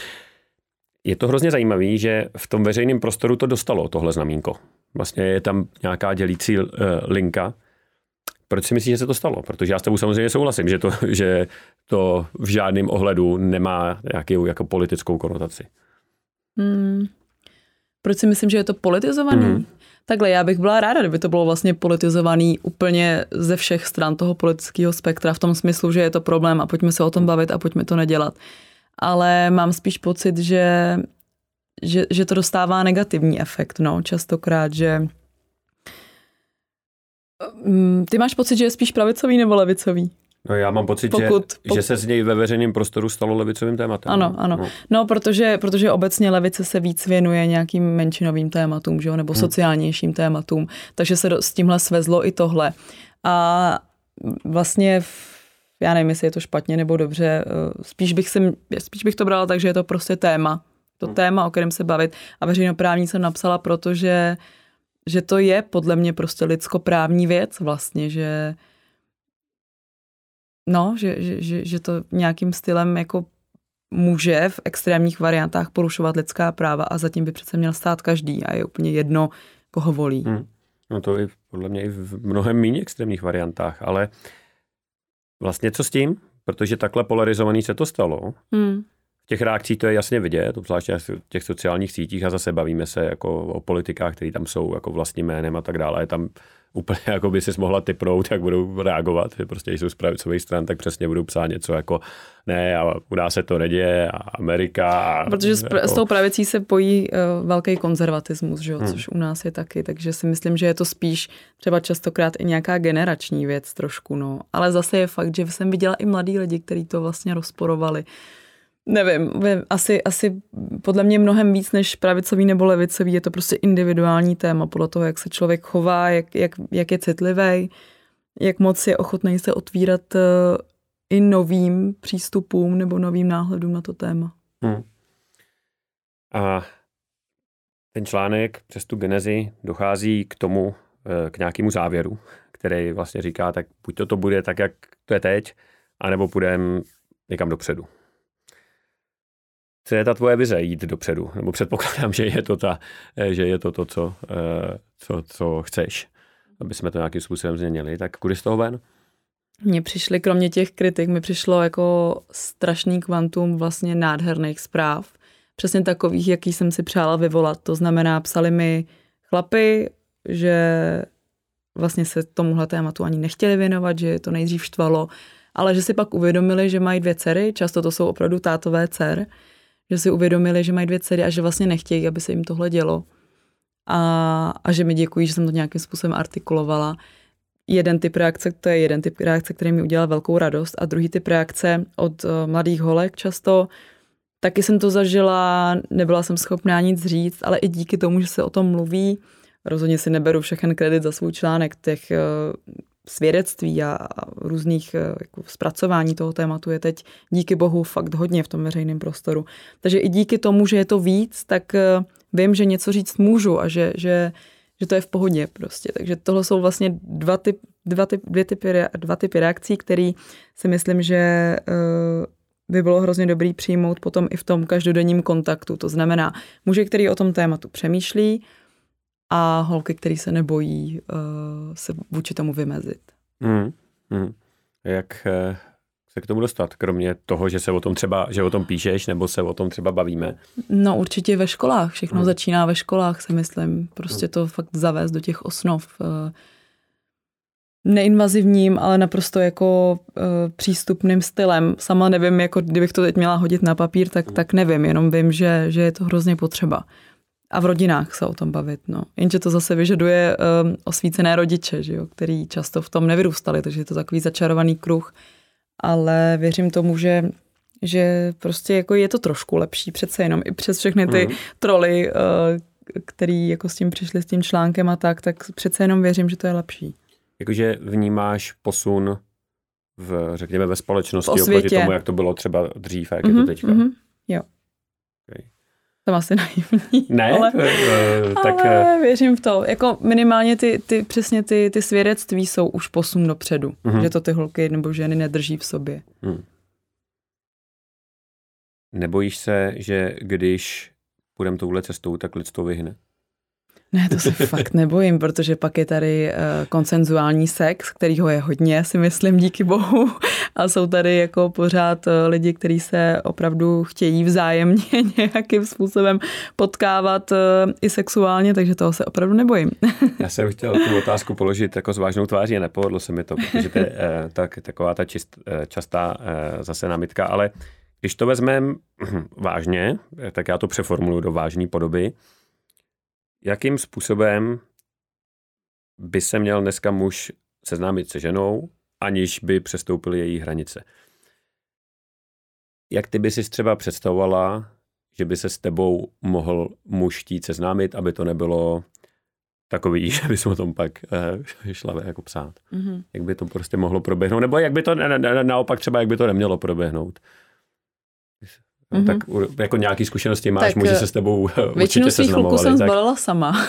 Je to hrozně zajímavé, že v tom veřejném prostoru to dostalo, tohle znamínko. Vlastně je tam nějaká dělící uh, linka. Proč si myslíš, že se to stalo? Protože já s tebou samozřejmě souhlasím, že to, že to v žádném ohledu nemá nějakou jako politickou konotaci. Hmm. Proč si myslím, že je to politizovaný? Hmm. Takhle, já bych byla ráda, kdyby to bylo vlastně politizovaný úplně ze všech stran toho politického spektra v tom smyslu, že je to problém a pojďme se o tom bavit a pojďme to nedělat. Ale mám spíš pocit, že že, že to dostává negativní efekt, no, častokrát, že ty máš pocit, že je spíš pravicový nebo levicový? No já mám pocit, pokud, že, pokud... že se z něj ve veřejném prostoru stalo levicovým tématem. Ano, ano. No, no protože, protože obecně levice se víc věnuje nějakým menšinovým tématům, že jo, nebo hmm. sociálnějším tématům, takže se do, s tímhle svezlo i tohle. A vlastně, já nevím, jestli je to špatně nebo dobře, spíš bych, se, spíš bych to brala tak, že je to prostě téma. To hmm. téma, o kterém se bavit. A veřejnoprávní jsem napsala, protože že to je podle mě prostě lidskoprávní věc vlastně, že no, že, že, že, že to nějakým stylem jako může v extrémních variantách porušovat lidská práva a zatím by přece měl stát každý a je úplně jedno, koho volí. Hmm. No to i podle mě i v mnohem méně extrémních variantách, ale vlastně co s tím? Protože takhle polarizovaný se to stalo. Hmm. V těch reakcích to je jasně vidět, obzvláště v těch sociálních sítích a zase bavíme se jako o politikách, kteří tam jsou jako vlastním jménem a tak dále. Je tam úplně jako by si mohla tipnout, jak budou reagovat, že prostě jsou z pravicových stran, tak přesně budou psát něco jako ne a u nás se to neděje a Amerika. A protože s, jako... s tou pravicí se pojí uh, velký konzervatismus, že jo, hmm. což u nás je taky, takže si myslím, že je to spíš třeba častokrát i nějaká generační věc trošku, no. Ale zase je fakt, že jsem viděla i mladí lidi, kteří to vlastně rozporovali. Nevím, asi, asi podle mě mnohem víc než pravicový nebo levicový, je to prostě individuální téma podle toho, jak se člověk chová, jak, jak, jak je citlivý, jak moc je ochotný se otvírat uh, i novým přístupům nebo novým náhledům na to téma. Hmm. A ten článek přes tu genezi dochází k tomu, k nějakému závěru, který vlastně říká, tak buď to, to bude tak, jak to je teď, anebo půjdeme někam dopředu. Co je ta tvoje vize jít dopředu? Nebo předpokládám, že je to, ta, že je to, to co, co, co chceš, aby jsme to nějakým způsobem změnili. Tak kudy z toho ven? Mně přišly, kromě těch kritik, mi přišlo jako strašný kvantum vlastně nádherných zpráv. Přesně takových, jaký jsem si přála vyvolat. To znamená, psali mi chlapi, že vlastně se tomuhle tématu ani nechtěli věnovat, že to nejdřív štvalo, ale že si pak uvědomili, že mají dvě dcery, často to jsou opravdu tátové dcer, že si uvědomili, že mají dvě dcery a že vlastně nechtějí, aby se jim tohle dělo. A, a že mi děkují, že jsem to nějakým způsobem artikulovala. Jeden typ reakce, to je jeden typ reakce, který mi udělal velkou radost, a druhý typ reakce od uh, mladých holek často. Taky jsem to zažila, nebyla jsem schopná nic říct, ale i díky tomu, že se o tom mluví, rozhodně si neberu všechen kredit za svůj článek, těch uh, svědectví a, a různých uh, jako zpracování toho tématu je teď díky bohu fakt hodně v tom veřejném prostoru. Takže i díky tomu, že je to víc, tak uh, vím, že něco říct můžu a že, že, že to je v pohodě prostě. Takže tohle jsou vlastně dva, typ, dva, typ, dvě typy, dva typy reakcí, které si myslím, že uh, by bylo hrozně dobrý přijmout potom i v tom každodenním kontaktu. To znamená muži, který o tom tématu přemýšlí, a holky, který se nebojí uh, se vůči tomu vymezit. Mm, mm. Jak uh, se k tomu dostat? Kromě toho, že se o tom třeba, že o tom píšeš, nebo se o tom třeba bavíme? No určitě ve školách. Všechno mm. začíná ve školách, si myslím. Prostě mm. to fakt zavést do těch osnov. Uh, neinvazivním, ale naprosto jako uh, přístupným stylem. Sama nevím, jako kdybych to teď měla hodit na papír, tak, mm. tak nevím. Jenom vím, že, že je to hrozně potřeba. A v rodinách se o tom bavit, no. Jenže to zase vyžaduje um, osvícené rodiče, že jo, který často v tom nevyrůstali, takže je to takový začarovaný kruh. Ale věřím tomu, že, že prostě jako je to trošku lepší přece jenom i přes všechny ty mm. troly, uh, který jako s tím přišli s tím článkem a tak, tak přece jenom věřím, že to je lepší. Jakože vnímáš posun v, řekněme, ve společnosti oproti tomu, jak to bylo třeba dřív a jak mm-hmm, je to teďka? Mm-hmm, jo. Okay. Jsem asi naivní. Ne, ale, uh, tak... ale věřím v to. Jako minimálně ty, ty, přesně ty, ty svědectví jsou už posun dopředu. Uh-huh. Že to ty holky nebo ženy nedrží v sobě. Hmm. Nebojíš se, že když půjdeme touhle cestou, tak lidstvo vyhne? Ne, to se fakt nebojím, protože pak je tady uh, konsenzuální sex, kterýho je hodně, si myslím, díky bohu. A jsou tady jako pořád uh, lidi, kteří se opravdu chtějí vzájemně nějakým způsobem potkávat uh, i sexuálně, takže toho se opravdu nebojím. Já jsem chtěl tu otázku položit jako s vážnou tváří a nepohodlo se mi to, protože to je uh, tak, taková ta čist, uh, častá uh, zase námitka, ale Když to vezmeme vážně, tak já to přeformuluji do vážné podoby. Jakým způsobem by se měl dneska muž seznámit se ženou, aniž by přestoupil její hranice? Jak ty by si třeba představovala, že by se s tebou mohl muž chtít seznámit, aby to nebylo takový, že bys o tom pak eh, šla jako psát? Mm-hmm. Jak by to prostě mohlo proběhnout? Nebo jak by to na, na, naopak třeba, jak by to nemělo proběhnout? No, mm-hmm. Tak jako nějaký zkušenosti máš, tak, může se s tebou určitě seznamovali. Většinu svých luků jsem zbalila sama.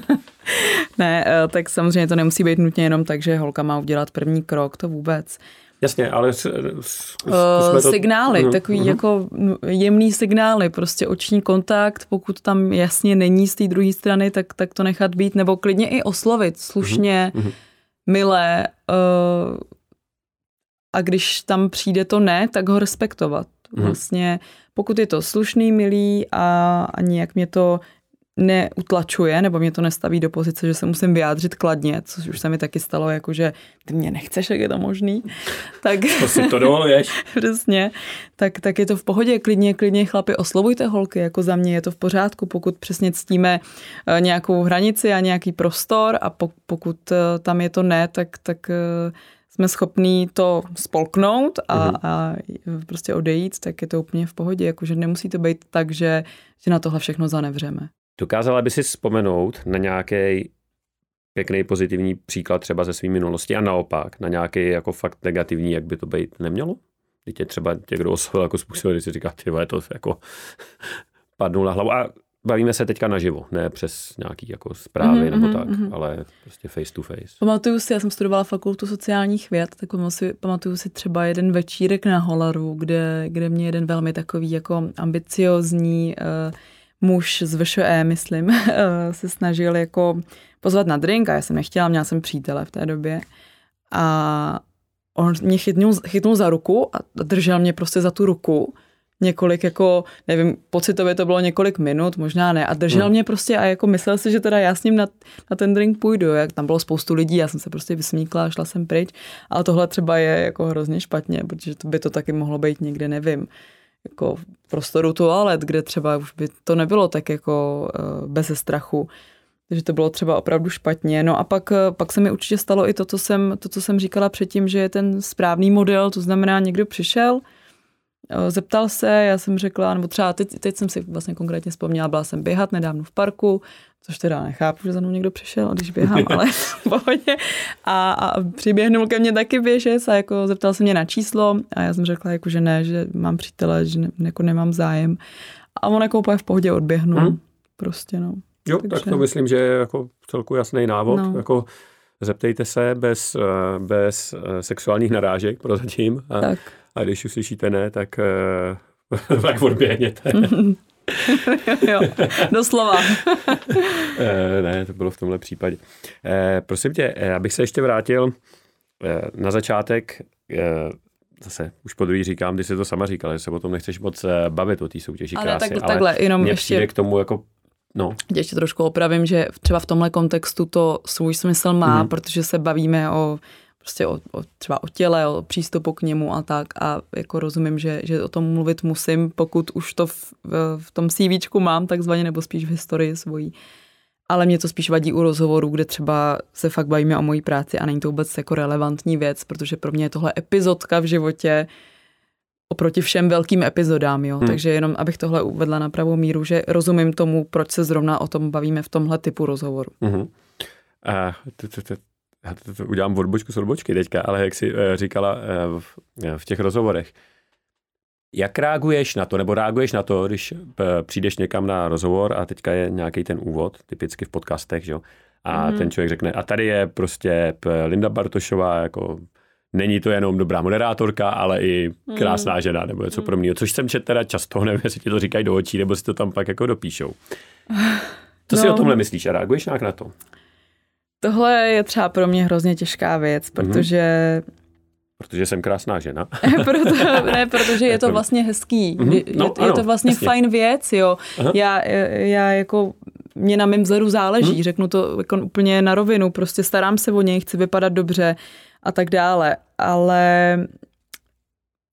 Ne, tak samozřejmě to nemusí být nutně jenom tak, že holka má udělat první krok, to vůbec. Jasně, ale s, s, uh, to... signály, uh-huh. takový uh-huh. jako jemný signály, prostě oční kontakt, pokud tam jasně není z té druhé strany, tak, tak to nechat být, nebo klidně i oslovit slušně, uh-huh. milé uh, a když tam přijde to ne, tak ho respektovat. Uh-huh. Vlastně pokud je to slušný, milý a, a nějak mě to neutlačuje, nebo mě to nestaví do pozice, že se musím vyjádřit kladně, což už se mi taky stalo, jako že ty mě nechceš, jak je to možný. Tak to si to dovoluješ. Přesně. Tak, tak je to v pohodě, klidně, klidně chlapi, oslovujte holky, jako za mě je to v pořádku, pokud přesně ctíme nějakou hranici a nějaký prostor a pokud tam je to ne, tak, tak jsme schopní to spolknout a, mm-hmm. a prostě odejít, tak je to úplně v pohodě, jakože nemusí to být tak, že, že na tohle všechno zanevřeme. Dokázala by si vzpomenout na nějaký pěkný pozitivní příklad třeba ze své minulosti a naopak na nějaký jako fakt negativní, jak by to být nemělo? Teď je třeba tě, kdo oslovil jako způsob, když si říká, ty vole, to jako padnou na hlavu. A bavíme se teďka naživo, ne přes nějaký jako zprávy mm-hmm, nebo tak, mm-hmm. ale prostě face to face. Pamatuju si, já jsem studovala fakultu sociálních věd, tak si, pamatuju si třeba jeden večírek na Holaru, kde, kde mě jeden velmi takový jako ambiciozní uh, muž z V Š E, myslím, se snažil jako pozvat na drink a já jsem nechtěla, měla jsem přítele v té době a on mě chytnul, chytnul za ruku a držel mě prostě za tu ruku několik jako, nevím, pocitově to bylo několik minut, možná ne, a držel hmm. mě prostě a jako myslel si, že teda já s ním na, na ten drink půjdu, jak tam bylo spoustu lidí, já jsem se prostě vysmíkla a šla jsem pryč, ale tohle třeba je jako hrozně špatně, protože to by to taky mohlo být někde, nevím, jako v prostoru toalet, kde třeba už by to nebylo tak jako uh, beze strachu. Takže to bylo třeba opravdu špatně. No a pak, pak se mi určitě stalo i to, co jsem, to, co jsem říkala předtím, že je ten správný model, to znamená, někdo přišel, zeptal se, já jsem řekla, nebo třeba teď, teď jsem si vlastně konkrétně vzpomněla, byla jsem běhat nedávno v parku, což teda nechápu, že za mnou někdo přišel, když běhám, ale v pohodě. A, a přiběhnul ke mně taky běžec a jako zeptal se mě na číslo a já jsem řekla, jako, že ne, že mám přítele, že ne, jako nemám zájem. A on jako úplně v pohodě odběhnul. Hmm. Prostě, no. Jo, takže... tak to myslím, že je jako celku jasný návod. No. Jako zeptejte se bez, bez sexuálních narážek prozatím. A, tak. a když uslyšíte ne, tak, tak odběhněte. Jo, doslova. Ne, to bylo v tomhle případě. Prosím tě, abych se ještě vrátil na začátek, zase už po druhý říkám, ty jsi to sama říkala, že se o tom nechceš moc bavit, o té soutěži krásy, ale, tak, takhle, jenom mě ještě... přijde k tomu jako no. Ještě trošku opravím, že třeba v tomhle kontextu to svůj smysl má, mm. protože se bavíme o prostě o, o, třeba o těle, o přístupu k němu a tak a jako rozumím, že, že o tom mluvit musím, pokud už to v, v, v tom CVčku mám takzvaně, nebo spíš v historii svojí. Ale mě to spíš vadí u rozhovoru, kde třeba se fakt bavíme o mojí práci a není to vůbec jako relevantní věc, protože pro mě je tohle epizodka v životě oproti všem velkým epizodám, jo. Hmm. Takže jenom, abych tohle uvedla na pravou míru, že rozumím tomu, proč se zrovna o tom bavíme v tomhle typu rozhovoru. Hmm. A to, to, to, to, to udělám odbočku z odbočky teďka, ale jak jsi říkala v, v těch rozhovorech, jak reaguješ na to, nebo reaguješ na to, když přijdeš někam na rozhovor a teďka je nějaký ten úvod, typicky v podcastech, že jo, a hmm. ten člověk řekne, a tady je prostě Linda Bartošová, jako není to jenom dobrá moderátorka, ale i krásná mm. žena, nebo něco mm. podobného. Což jsem četl teda často, nevím, jestli ti to říkají do očí, nebo si to tam pak jako dopíšou. Co no. si o tomhle myslíš a reaguješ nějak na to? Tohle je třeba pro mě hrozně těžká věc, protože... Mm-hmm. Protože jsem krásná žena. Proto, ne, protože je to vlastně hezký. Mm-hmm. Je, no, je, ano, je to vlastně jasně. fajn věc, jo. Já, já jako... Mě na mém vzoru záleží, hmm. řeknu to jako úplně na rovinu, prostě starám se o něj, chci vypadat dobře a tak dále, ale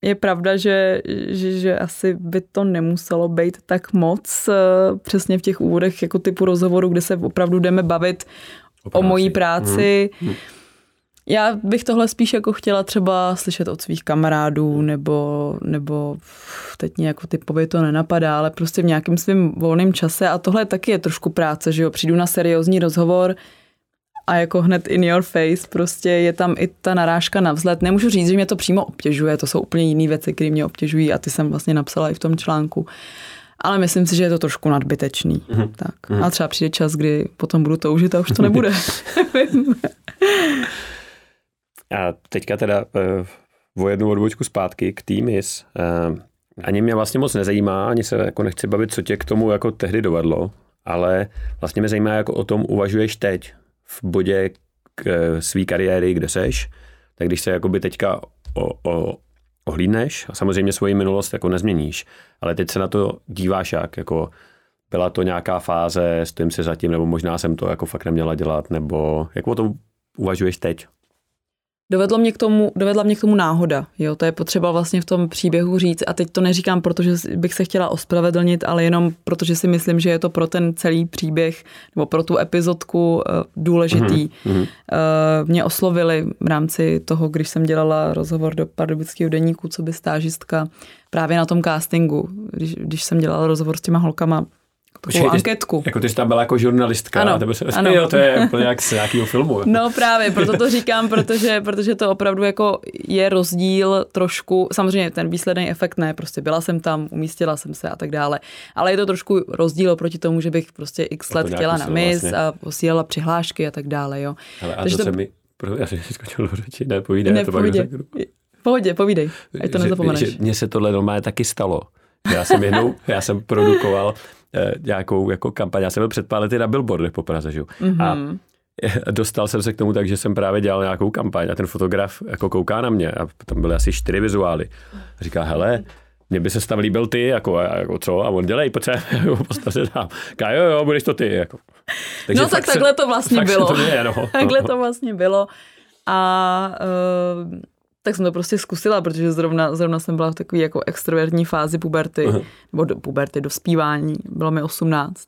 je pravda, že, že, že asi by to nemuselo být tak moc přesně v těch úvodech jako typu rozhovoru, kde se opravdu jdeme bavit o, o mojí práci. Hmm. Hmm. Já bych tohle spíš jako chtěla třeba slyšet od svých kamarádů, nebo, nebo teď nějak typově to nenapadá, ale prostě v nějakém svým volném čase a tohle taky je trošku práce, že jo, přijdu na seriózní rozhovor a jako hned in your face, prostě je tam i ta narážka na vzhled. Nemůžu říct, že mě to přímo obtěžuje, to jsou úplně jiné věci, které mě obtěžují a ty jsem vlastně napsala i v tom článku. Ale myslím si, že je to trošku nadbytečný. Mm-hmm. Tak. Mm-hmm. A třeba přijde čas, kdy potom budu toužit a už to nebude. A teďka teda uh, o jednu odbočku zpátky k Týmis. Uh, ani mě vlastně moc nezajímá, ani se jako nechci bavit, co tě k tomu jako tehdy dovedlo, ale vlastně mě zajímá, jako o tom uvažuješ teď v bodě k svý kariéry, kde seš, tak když se jakoby teďka o, o, ohlídneš a samozřejmě svoji minulost jako nezměníš, ale teď se na to díváš jak, jako byla to nějaká fáze, stojím se zatím, nebo možná jsem to jako fakt neměla dělat, nebo jak o tom uvažuješ teď? Dovedlo mě k tomu, dovedla mě k tomu náhoda. Jo, to je potřeba vlastně v tom příběhu říct. A teď to neříkám, protože bych se chtěla ospravedlnit, ale jenom protože si myslím, že je to pro ten celý příběh nebo pro tu epizodku důležitý. Mm-hmm. Mě oslovili v rámci toho, když jsem dělala rozhovor do Pardubického deníku, co by stážistka, právě na tom castingu, když, když jsem dělala rozhovor s těma holkama, takovou anketku. Jako ty jsi tam byla jako žurnalistka. Ano, tebe se, ano. Jo, to je úplně jak z nějakého filmu. Jako. No právě, proto to říkám, protože, protože to opravdu jako je rozdíl trošku, samozřejmě ten výsledný efekt ne, prostě byla jsem tam, umístila jsem se a tak dále, ale je to trošku rozdíl oproti tomu, že bych prostě x let chtěla na mis vlastně. A posílala přihlášky a tak dále, jo. Ale a Takže to, to se mi, já jsem si skočil do řeči, ne, povídej. Ne, to povídej. Pohodě, povídej, ať to nezapomeneš. Mně se tohle normálně taky stalo. Já jsem jednou, já jsem produkoval nějakou jako kampaň. Já jsem byl před pár lety na billboardech po Praze, že? Mm-hmm. A dostal jsem se k tomu tak, že jsem právě dělal nějakou kampaň a ten fotograf jako kouká na mě a tam byly asi čtyři vizuály. A říká, hele, mně by se tam líbil ty, jako, a jako co? A on dělej, pojď se, postav se tam. Říká, jo, jo, budeš to ty. Jako. Takže no tak takhle se, to vlastně bylo. To je, no. Takhle to vlastně bylo. A uh, tak jsem to prostě zkusila, protože zrovna, zrovna jsem byla v takové jako extrovertní fázi puberty, uh-huh. nebo do puberty, dospívání, bylo mi osmnáct.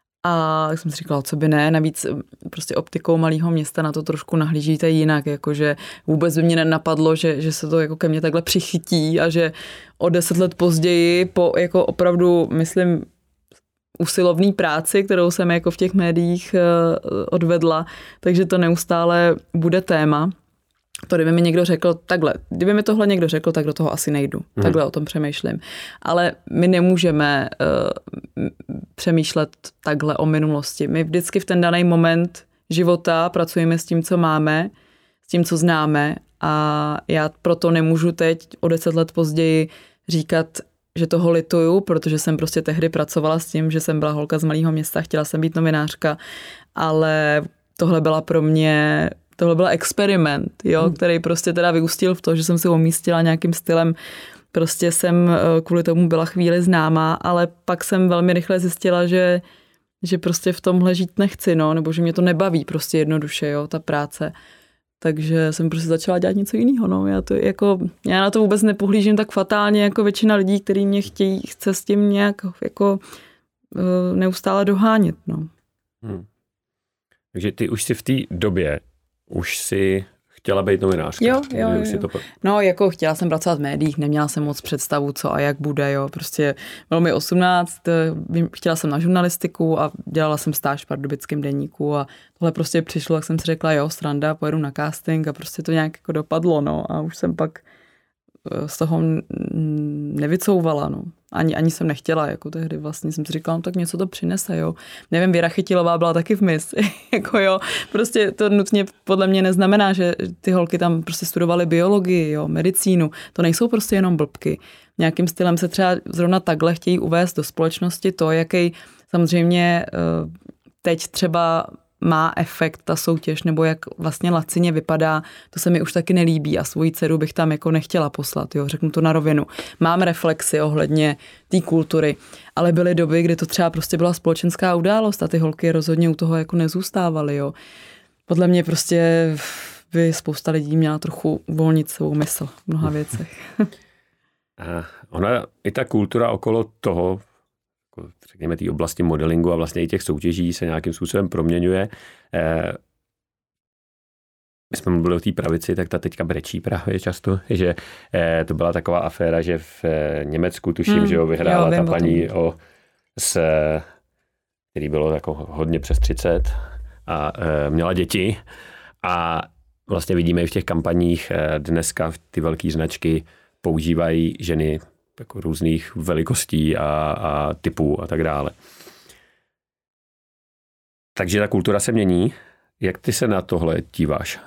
A tak jsem si říkala, co by ne, navíc prostě optikou malého města na to trošku nahlížíte jinak, jakože vůbec by mě nenapadlo, že, že se to jako ke mně takhle přichytí a že o deset let později po jako opravdu, myslím, usilovný práci, kterou jsem jako v těch médiích odvedla, takže to neustále bude téma. To kdyby mi někdo řekl takhle, kdyby mi tohle někdo řekl, tak do toho asi nejdu. Hmm. Takhle o tom přemýšlím. Ale my nemůžeme uh, přemýšlet takhle o minulosti. My vždycky v ten daný moment života pracujeme s tím, co máme, s tím, co známe a já proto nemůžu teď o deset let později říkat, že toho lituju, protože jsem prostě tehdy pracovala s tím, že jsem byla holka z malého města, chtěla jsem být novinářka, ale tohle byla pro mě Tohle byl experiment, jo, hmm. který prostě teda vyústil v to, že jsem si umístila nějakým stylem. Prostě jsem kvůli tomu byla chvíli známá, ale pak jsem velmi rychle zjistila, že, že prostě v tomhle žít nechci, no, nebo že mě to nebaví prostě jednoduše, jo, ta práce. Takže jsem prostě začala dělat něco jiného, no. Já, to jako, já na to vůbec nepohlížím tak fatálně, jako většina lidí, kteří mě chtějí, chce s tím nějak jako neustále dohánět, no. Hmm. Takže ty už si v té době už si chtěla být novinářka. Jo, jo, už jo. To... No, jako chtěla jsem pracovat v médiích, neměla jsem moc představu, co a jak bude, jo. Prostě bylo mi osmnáct, chtěla jsem na žurnalistiku a dělala jsem stáž v Pardubickém deníku a tohle prostě přišlo, jak jsem si řekla, jo, sranda, pojedu na casting a prostě to nějak jako dopadlo, no. A už jsem pak z toho nevycouvala, no. Ani, ani jsem nechtěla, jako tehdy vlastně jsem si říkala, no tak něco to přinese, jo. Nevím, Věra Chytilová byla taky v mis, jako jo. Prostě to nutně podle mě neznamená, že ty holky tam prostě studovaly biologii, jo, medicínu. To nejsou prostě jenom blbky. Nějakým stylem se třeba zrovna takhle chtějí uvést do společnosti to, jaký samozřejmě teď třeba má efekt ta soutěž, nebo jak vlastně lacině vypadá, to se mi už taky nelíbí a svoji dceru bych tam jako nechtěla poslat, jo, řeknu to na rovinu. Mám reflexy ohledně té kultury, ale byly doby, kdy to třeba prostě byla společenská událost a ty holky rozhodně u toho jako nezůstávaly, jo. Podle mě prostě by spousta lidí měla trochu uvolnit svou mysl v mnoha věcech. A ona, i ta kultura okolo toho, jako řekněme té oblasti modelingu a vlastně i těch soutěží se nějakým způsobem proměňuje. My jsme mluvili o té pravici, tak ta teďka brečí právě často, že to byla taková aféra, že v Německu, tuším, hmm, že jo, vyhrála jo, ta paní, o, s, který bylo jako hodně přes třicet a e, měla děti a vlastně vidíme i v těch kampaních e, dneska ty velké značky používají ženy jako různých velikostí a, a typů a tak dále. Takže ta kultura se mění. Jak ty se na tohle díváš?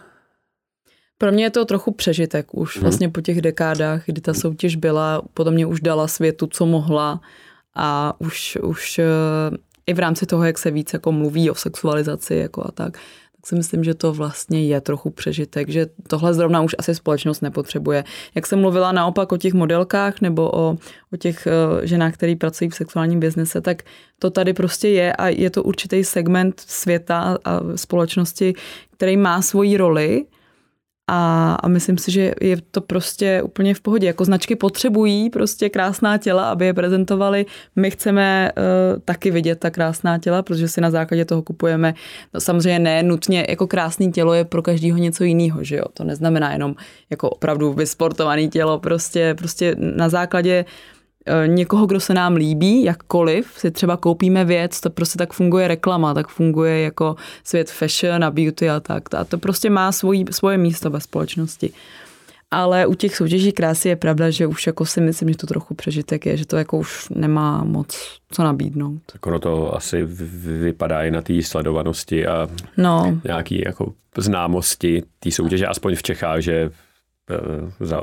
Pro mě je to trochu přežitek už hmm. vlastně po těch dekádách, kdy ta soutěž byla, potom mě už dala světu, co mohla a už, už i v rámci toho, jak se víc jako mluví o sexualizaci jako a tak, tak si myslím, že to vlastně je trochu přežitek, že tohle zrovna už asi společnost nepotřebuje. Jak jsem mluvila naopak o těch modelkách nebo o, o těch ženách, které pracují v sexuálním biznise, tak to tady prostě je a je to určitý segment světa a společnosti, který má svoji roli. A, a myslím si, že je to prostě úplně v pohodě. Jako značky potřebují prostě krásná těla, aby je prezentovali. My chceme uh, taky vidět ta krásná těla, protože si na základě toho kupujeme. No, samozřejmě ne nutně, jako krásný tělo je pro každého něco jiného, že jo. To neznamená jenom jako opravdu vysportované tělo, prostě, prostě na základě někoho, kdo se nám líbí, jakkoliv, si třeba koupíme věc, to prostě tak funguje reklama, tak funguje jako svět fashion a beauty a tak. A to prostě má svojí, svoje místo ve společnosti. Ale u těch soutěží krásy je pravda, že už jako si myslím, že to trochu přežitek je, že to jako už nemá moc co nabídnout. Tak ono to asi vypadá i na té sledovanosti a no. nějaký jako známosti té soutěže, aspoň v Čechách, že za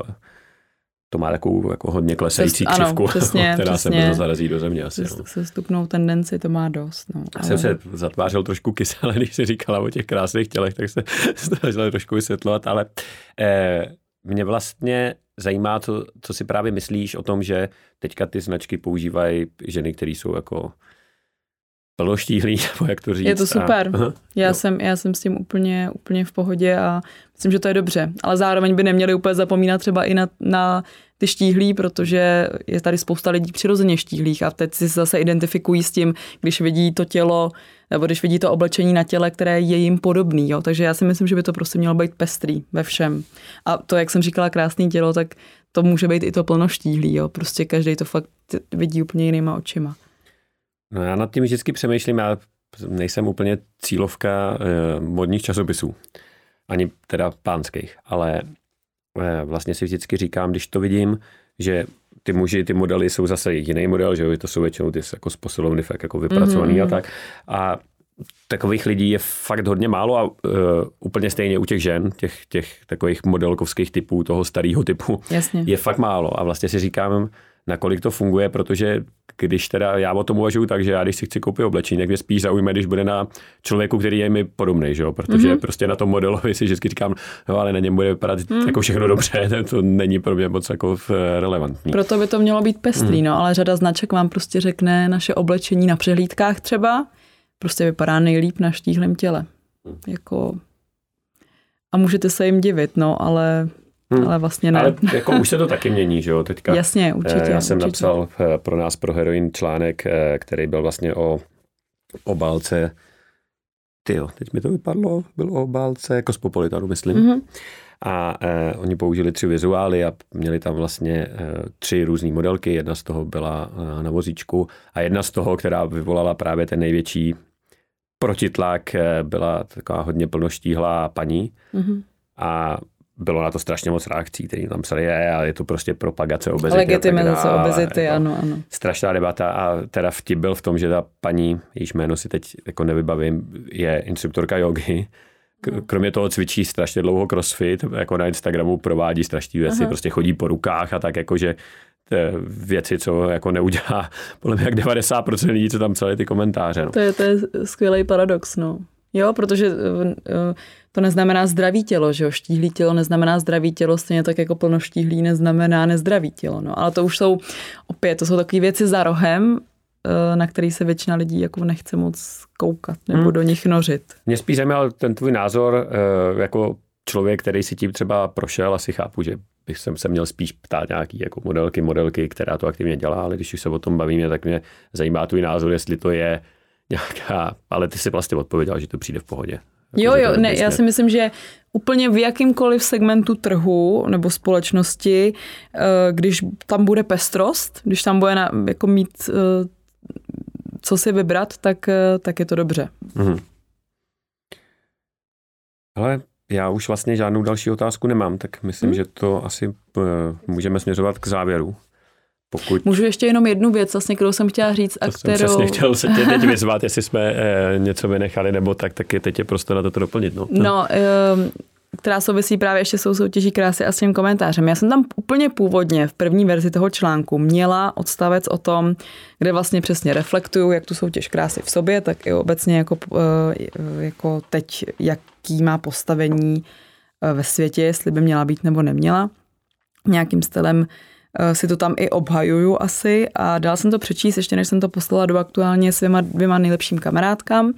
to má takovou jako hodně klesající Přes, křivku, ano, přesně, která přesně. se brzo zarazí do země asi. No. Se stupnou tendenci to má dost. No. Já jsem se zatvářil trošku kysele, když jsi říkala o těch krásných tělech, tak se snažila trošku vysvětlovat, ale eh, mě vlastně zajímá, co, co si právě myslíš o tom, že teďka ty značky používají ženy, které jsou jako plnoštíhlí, nebo jak to říct. Je to super. A, já, jsem, já jsem s tím úplně, úplně v pohodě a myslím, že to je dobře. Ale zároveň by neměli úplně zapomínat třeba i na, na ty štíhlí, protože je tady spousta lidí přirozeně štíhlých a teď si zase identifikují s tím, když vidí to tělo, nebo když vidí to oblečení na těle, které je jim podobný. Jo. Takže já si myslím, že by to prostě mělo být pestrý ve všem. A to, jak jsem říkala, krásný tělo, tak to může být i to plnoštíhlý. Jo. Prostě každý to fakt vidí úplně jinýma očima. No já nad tím vždycky přemýšlím, já nejsem úplně cílovka eh, modních časopisů, ani teda pánských, ale eh, vlastně si vždycky říkám, když to vidím, že ty muži, ty modely jsou zase jiný model, že to jsou většinou ty jako z posilovny fakt jako vypracovaný mm-hmm. a tak. A takových lidí je fakt hodně málo a uh, úplně stejně u těch žen, těch, těch takových modelkovských typů, toho starého typu, Jasně. je fakt málo. A vlastně si říkám, nakolik to funguje, protože když teda já o tom uvažuji tak, že já když si chci koupit oblečení, tak mě spíš zaujme, když bude na člověku, který je mi podobný, že jo? Protože mm-hmm. prostě na tom modelovi si vždycky říkám, no ale na něm bude vypadat mm. jako všechno dobře, to není pro mě moc jako relevantní. Proto by to mělo být pestrý, mm. no, ale řada značek vám prostě řekne naše oblečení na přehlídkách třeba, prostě vypadá nejlíp na štíhlém těle. Mm. Jako a můžete se jim divit, no, ale Hmm. ale vlastně ne. Ale jako už se to taky mění, že jo, teďka. Jasně, určitě. Já jsem určitě. napsal pro nás, pro Heroin článek, který byl vlastně o obálce, tyjo, teď mi to vypadlo, bylo o obálce Cosmopolitanu, myslím. Mm-hmm. A eh, oni použili tři vizuály a měli tam vlastně eh, tři různé modelky, jedna z toho byla eh, na vozíčku a jedna z toho, která vyvolala právě ten největší protitlak, eh, byla taková hodně plnoštíhlá paní. Mm-hmm. A bylo na to strašně moc reakcí, který tam psali, je, ale je to prostě propagace obezity. Legitimizace obezity, jako ano, ano. Strašná debata a teda vtip byl v tom, že ta paní, jejíž jméno si teď jako nevybavím, je instruktorka jogy. Kromě toho cvičí strašně dlouho crossfit, jako na Instagramu provádí strašné věci, Aha. prostě chodí po rukách a tak jakože věci, co jako neudělá podle mě jak devadesát procent lidí, co tam psali ty komentáře. No. To je, to je skvělý paradox, no. Jo, protože to neznamená zdravý tělo, že jo, štíhlý tělo neznamená zdravý tělo, stejně tak jako plnoštíhlý neznamená nezdravý tělo, no. Ale to už jsou, opět, to jsou takové věci za rohem, na který se většina lidí jako nechce moc koukat nebo hmm. do nich nořit. Mě spíš zajímal ten tvůj názor, jako člověk, který si tím třeba prošel, asi chápu, že bych jsem se měl spíš ptát nějaký jako modelky, modelky, která to aktivně dělá, ale když už se o tom bavíme, tak mě zajímá tvůj názor, jestli to je nějaká, ale ty si vlastně odpověděl, že to přijde v pohodě. Jo, jo, ne, já si myslím, že úplně v jakýmkoliv segmentu trhu nebo společnosti, když tam bude pestrost, když tam bude na, jako mít co si vybrat, tak, tak je to dobře. Mhm. Ale já už vlastně žádnou další otázku nemám, tak myslím, hmm. že to asi můžeme směřovat k závěru. Pokud... Můžu ještě jenom jednu věc, vlastně, kterou jsem chtěla říct. To a jsem kterou... přesně chtěl se tě teď vyzvat, jestli jsme eh, něco vynechali, nebo tak, tak je teď je prostě na to doplnit. No, no eh, která souvisí právě ještě s soutěží krásy a s tím komentářem. Já jsem tam úplně původně v první verzi toho článku měla odstavec o tom, kde vlastně přesně reflektuju, jak tu soutěž krásy v sobě, tak i obecně jako, jako teď, jaký má postavení ve světě, jestli by měla být nebo neměla. Nějakým stylem si to tam i obhajuju asi a dala jsem to přečíst, ještě než jsem to poslala do aktuálně svýma dvěma nejlepším kamarádkám.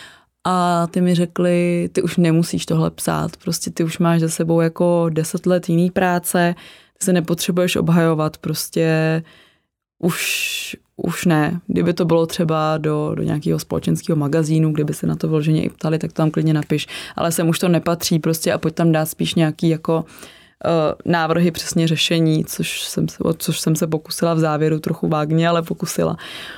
A ty mi řekli, ty už nemusíš tohle psát, prostě ty už máš za sebou jako deset let jiný práce, ty se nepotřebuješ obhajovat, prostě už, už ne. Kdyby to bylo třeba do, do nějakého společenského magazínu, kde by se na to vyloženě i ptali, tak to tam klidně napiš, ale sem už to nepatří prostě a pojď tam dát spíš nějaký jako uh, návrhy přesně řešení, což jsem, se, což jsem se pokusila v závěru trochu vágně, ale pokusila.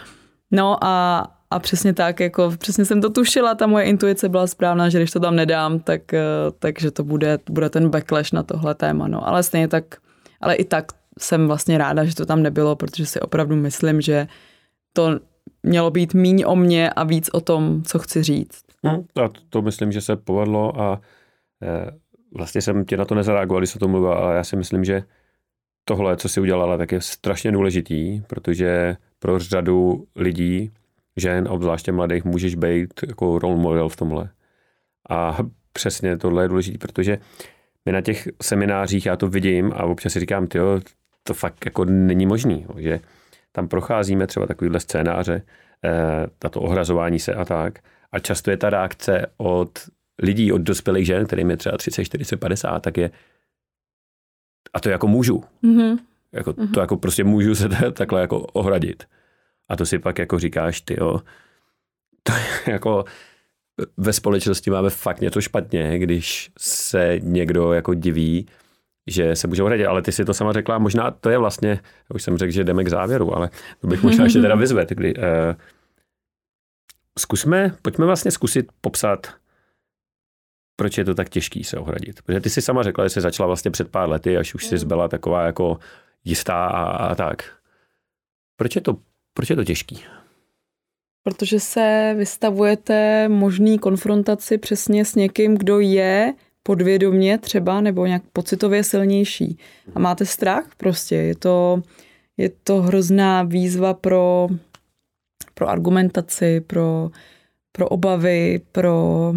No a A přesně tak, jako přesně jsem to tušila, ta moje intuice byla správná, že když to tam nedám, tak, takže to bude, bude ten backlash na tohle téma. No. Ale stejně tak, ale i tak jsem vlastně ráda, že to tam nebylo, protože si opravdu myslím, že to mělo být míň o mě a víc o tom, co chci říct. Hmm, a to, to myslím, že se povedlo a e, vlastně jsem tě na to nezareagoval, když se to mluvil, ale já si myslím, že tohle, co jsi udělala, tak je strašně důležitý, protože pro řadu lidí, žen, obzvláště mladých, můžeš být jako role model v tomhle. A přesně tohle je důležité, protože my na těch seminářích, já to vidím a občas si říkám, tyjo, to fakt jako není možný, že tam procházíme třeba takovýhle scénáře, tato ohrazování se a tak. A často je ta reakce od lidí, od dospělých žen, kterým je třeba třicet, čtyřicet, padesát, tak je a to jako můžu. Mm-hmm. Jako, mm-hmm. To jako prostě můžu se takhle jako ohradit. A to si pak jako říkáš, tyjo, to je jako ve společnosti máme fakt něco špatně, když se někdo jako diví, že se může ohradit, ale ty si to sama řekla, možná to je vlastně, už jsem řekl, že jdeme k závěru, ale to bych možná ještě teda vyzvedl, kdy uh, zkusme, pojďme vlastně zkusit popsat, proč je to tak těžký se ohradit. Protože ty si sama řekla, že jsi začala vlastně před pár lety, až už jsi byla taková jako jistá a, a tak. Proč je to Proč je to těžký? Protože se vystavujete možný konfrontaci přesně s někým, kdo je podvědomě třeba nebo nějak pocitově silnější. A máte strach prostě. Je to, je to hrozná výzva pro, pro argumentaci, pro, pro obavy, pro...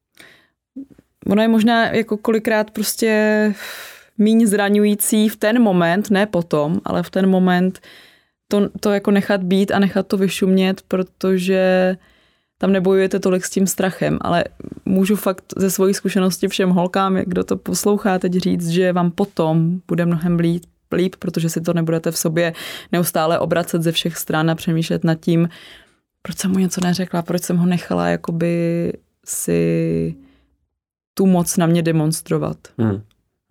Ono je možná jako kolikrát prostě míň zraňující v ten moment, ne potom, ale v ten moment To, to jako nechat být a nechat to vyšumět, protože tam nebojujete tolik s tím strachem, ale můžu fakt ze svojí zkušenosti všem holkám, kdo to poslouchá teď říct, že vám potom bude mnohem líp, líp, protože si to nebudete v sobě neustále obracet ze všech stran a přemýšlet nad tím, proč jsem mu něco neřekla, proč jsem ho nechala jakoby si tu moc na mě demonstrovat. Hmm.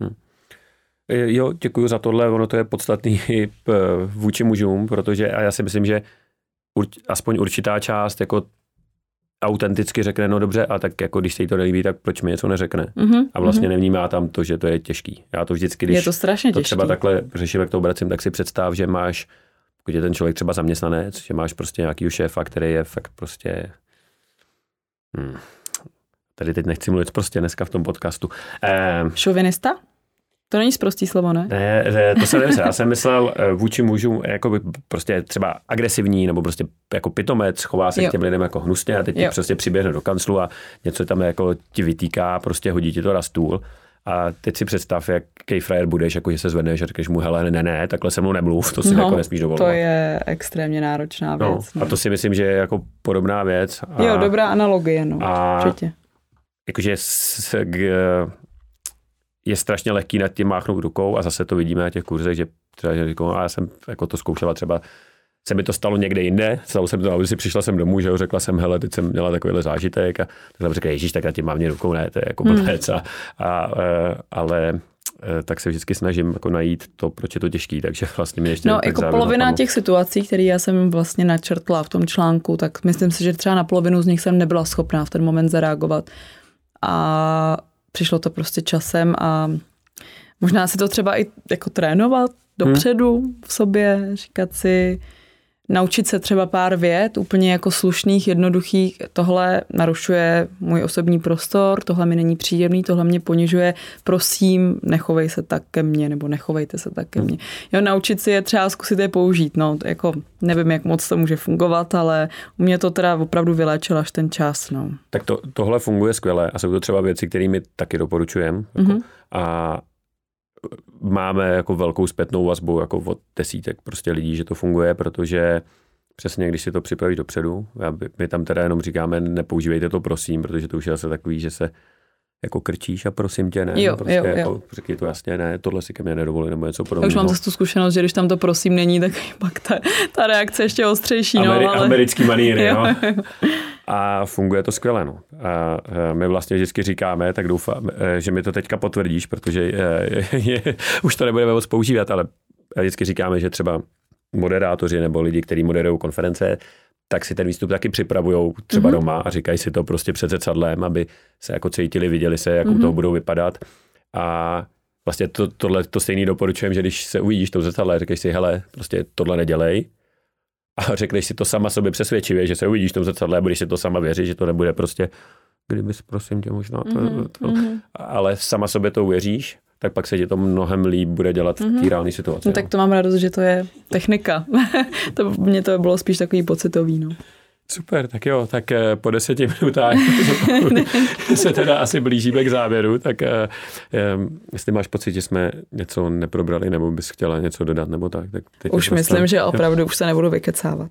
Jo, děkuji za tohle, ono to je podstatný i vůči mužům, protože a já si myslím, že urč, aspoň určitá část jako autenticky řekne, no dobře, a tak jako když se jí to nelíbí, tak proč mi něco neřekne? Mm-hmm, a vlastně mm-hmm. nevnímá tam to, že to je těžký. Já to vždycky, když je to, strašně to těžký. třeba takhle řeším, jak to obracím, tak si představ, že máš, pokud je ten člověk třeba zaměstnanec, že máš prostě nějakýho šéfa, který je fakt prostě... Hmm. Tady teď nechci mluvit prostě dneska v tom podcastu. Ehm, Šovinista? To není sprostý slovo, ne? Ne, ne to jsem nemyslel. Já jsem myslel vůči mužům jako by prostě třeba agresivní nebo prostě jako pitomec, chová se jo. k těm lidem jako hnusně a teď ti prostě přiběhne do kanclu a něco tam jako ti vytýká, prostě hodí ti to na stůl. A teď si představ, jaký frajer budeš, jako že se zvedneš a řekneš mu, hele, ne, ne, takhle se mnou nemluv, to si no, jako nesmíš dovolovat. To je extrémně náročná věc. No, a to si myslím, že je jako podobná věc. A, jo, dobrá analogie, no, a určitě. Jakože s, g, je strašně lehký nad tím máchnout rukou a zase to vidíme na těch kurzech, že třeba že říkám, a já jsem jako to zkoušela třeba, se mi to stalo někde jinde, stalo jsem to na ulici, přišla jsem domů, že jo, řekla jsem, hele, teď jsem měla takovýhle zážitek a tak jsem řekla, ježíš, tak na tím mávně rukou, ne, to je jako blbec, a, a, ale tak se vždycky snažím jako najít to, proč je to těžký, takže vlastně mě ještě... No, jako polovina napadlo. Těch situací, které já jsem vlastně načrtla v tom článku, tak myslím si, že třeba na polovinu z nich jsem nebyla schopná v ten moment zareagovat. A přišlo to prostě časem a možná si to třeba i jako trénovat dopředu hmm. v sobě, říkat si, naučit se třeba pár vět, úplně jako slušných, jednoduchých, tohle narušuje můj osobní prostor, tohle mi není příjemný, tohle mě ponižuje, prosím, nechovej se tak ke mně, nebo nechovejte se tak ke mně. Jo, naučit si je třeba zkusit je použít, no, jako nevím, jak moc to může fungovat, ale u mě to teda opravdu vyléčilo až ten čas, no. Tak to, tohle funguje skvěle a jsou to třeba věci, které mi taky doporučujeme jako, mm-hmm. a máme jako velkou zpětnou vazbu jako od desítek prostě lidí, že to funguje, protože přesně, když si to připravíš dopředu, my tam teda jenom říkáme, nepoužívejte to prosím, protože to už je zase takový, že se jako krčíš a prosím tě, ne, jo, prostě jo, jako, jo. řekni to jasně, ne, tohle si ke mně nedovolí, nebo něco podobného. Já už mám zase tu zkušenost, že když tam to prosím není, tak pak ta, ta reakce ještě ostřejší. Ameri- no, ale... Americký maníry, jo. A funguje to skvěle, no. A my vlastně vždycky říkáme, tak doufám, že mi to teďka potvrdíš, protože je, je, už to nebudeme moc používat, ale vždycky říkáme, že třeba moderátoři nebo lidi, kteří moderují konference, tak si ten výstup taky připravujou třeba mm-hmm. doma a říkají si to prostě před zrcadlem, aby se jako cítili, viděli se, jak mm-hmm. u toho budou vypadat. A vlastně to, tohle to stejný doporučujem, že když se uvidíš to zrcadle, řekneš si, hele, prostě tohle nedělej. A řekneš si to sama sobě přesvědčivě, že se uvidíš v tom zrcadle a budeš si to sama věřit, že to nebude prostě, kdybys prosím tě možná to, mm-hmm. to, ale sama sobě to uvěříš, tak pak se ti to mnohem líp bude dělat v té reálné situaci. No, tak to mám radost, že to je technika. to, mně to bylo spíš takový pocitový, no. Super, tak jo, tak po deseti minutách se teda asi blížíme k závěru, tak jestli máš pocit, že jsme něco neprobrali, nebo bys chtěla něco dodat, nebo tak. tak teď už myslím, že opravdu už se nebudu vykecávat.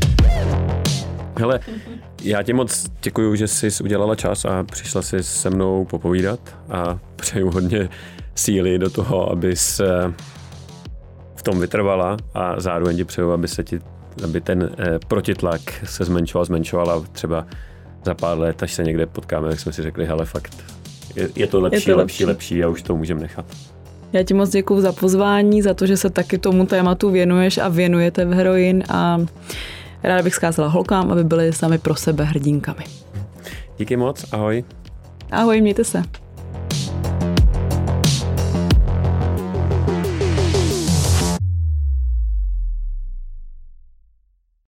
Hele, já ti moc děkuju, že jsi udělala čas a přišla si se mnou popovídat a přeju hodně síly do toho, abys v tom vytrvala a zároveň ti přeju, aby se ti aby ten eh, protitlak se zmenšoval, zmenšoval a třeba za pár let, až se někde potkáme, tak jsme si řekli, hele, fakt, je, je to lepší, je to lepší, lepší, lepší a už to můžeme nechat. Já ti moc děkuju za pozvání, za to, že se taky tomu tématu věnuješ a věnujete v Heroin a ráda bych zkázala holkám, aby byli sami pro sebe hrdinkami. Díky moc, ahoj. Ahoj, mějte se.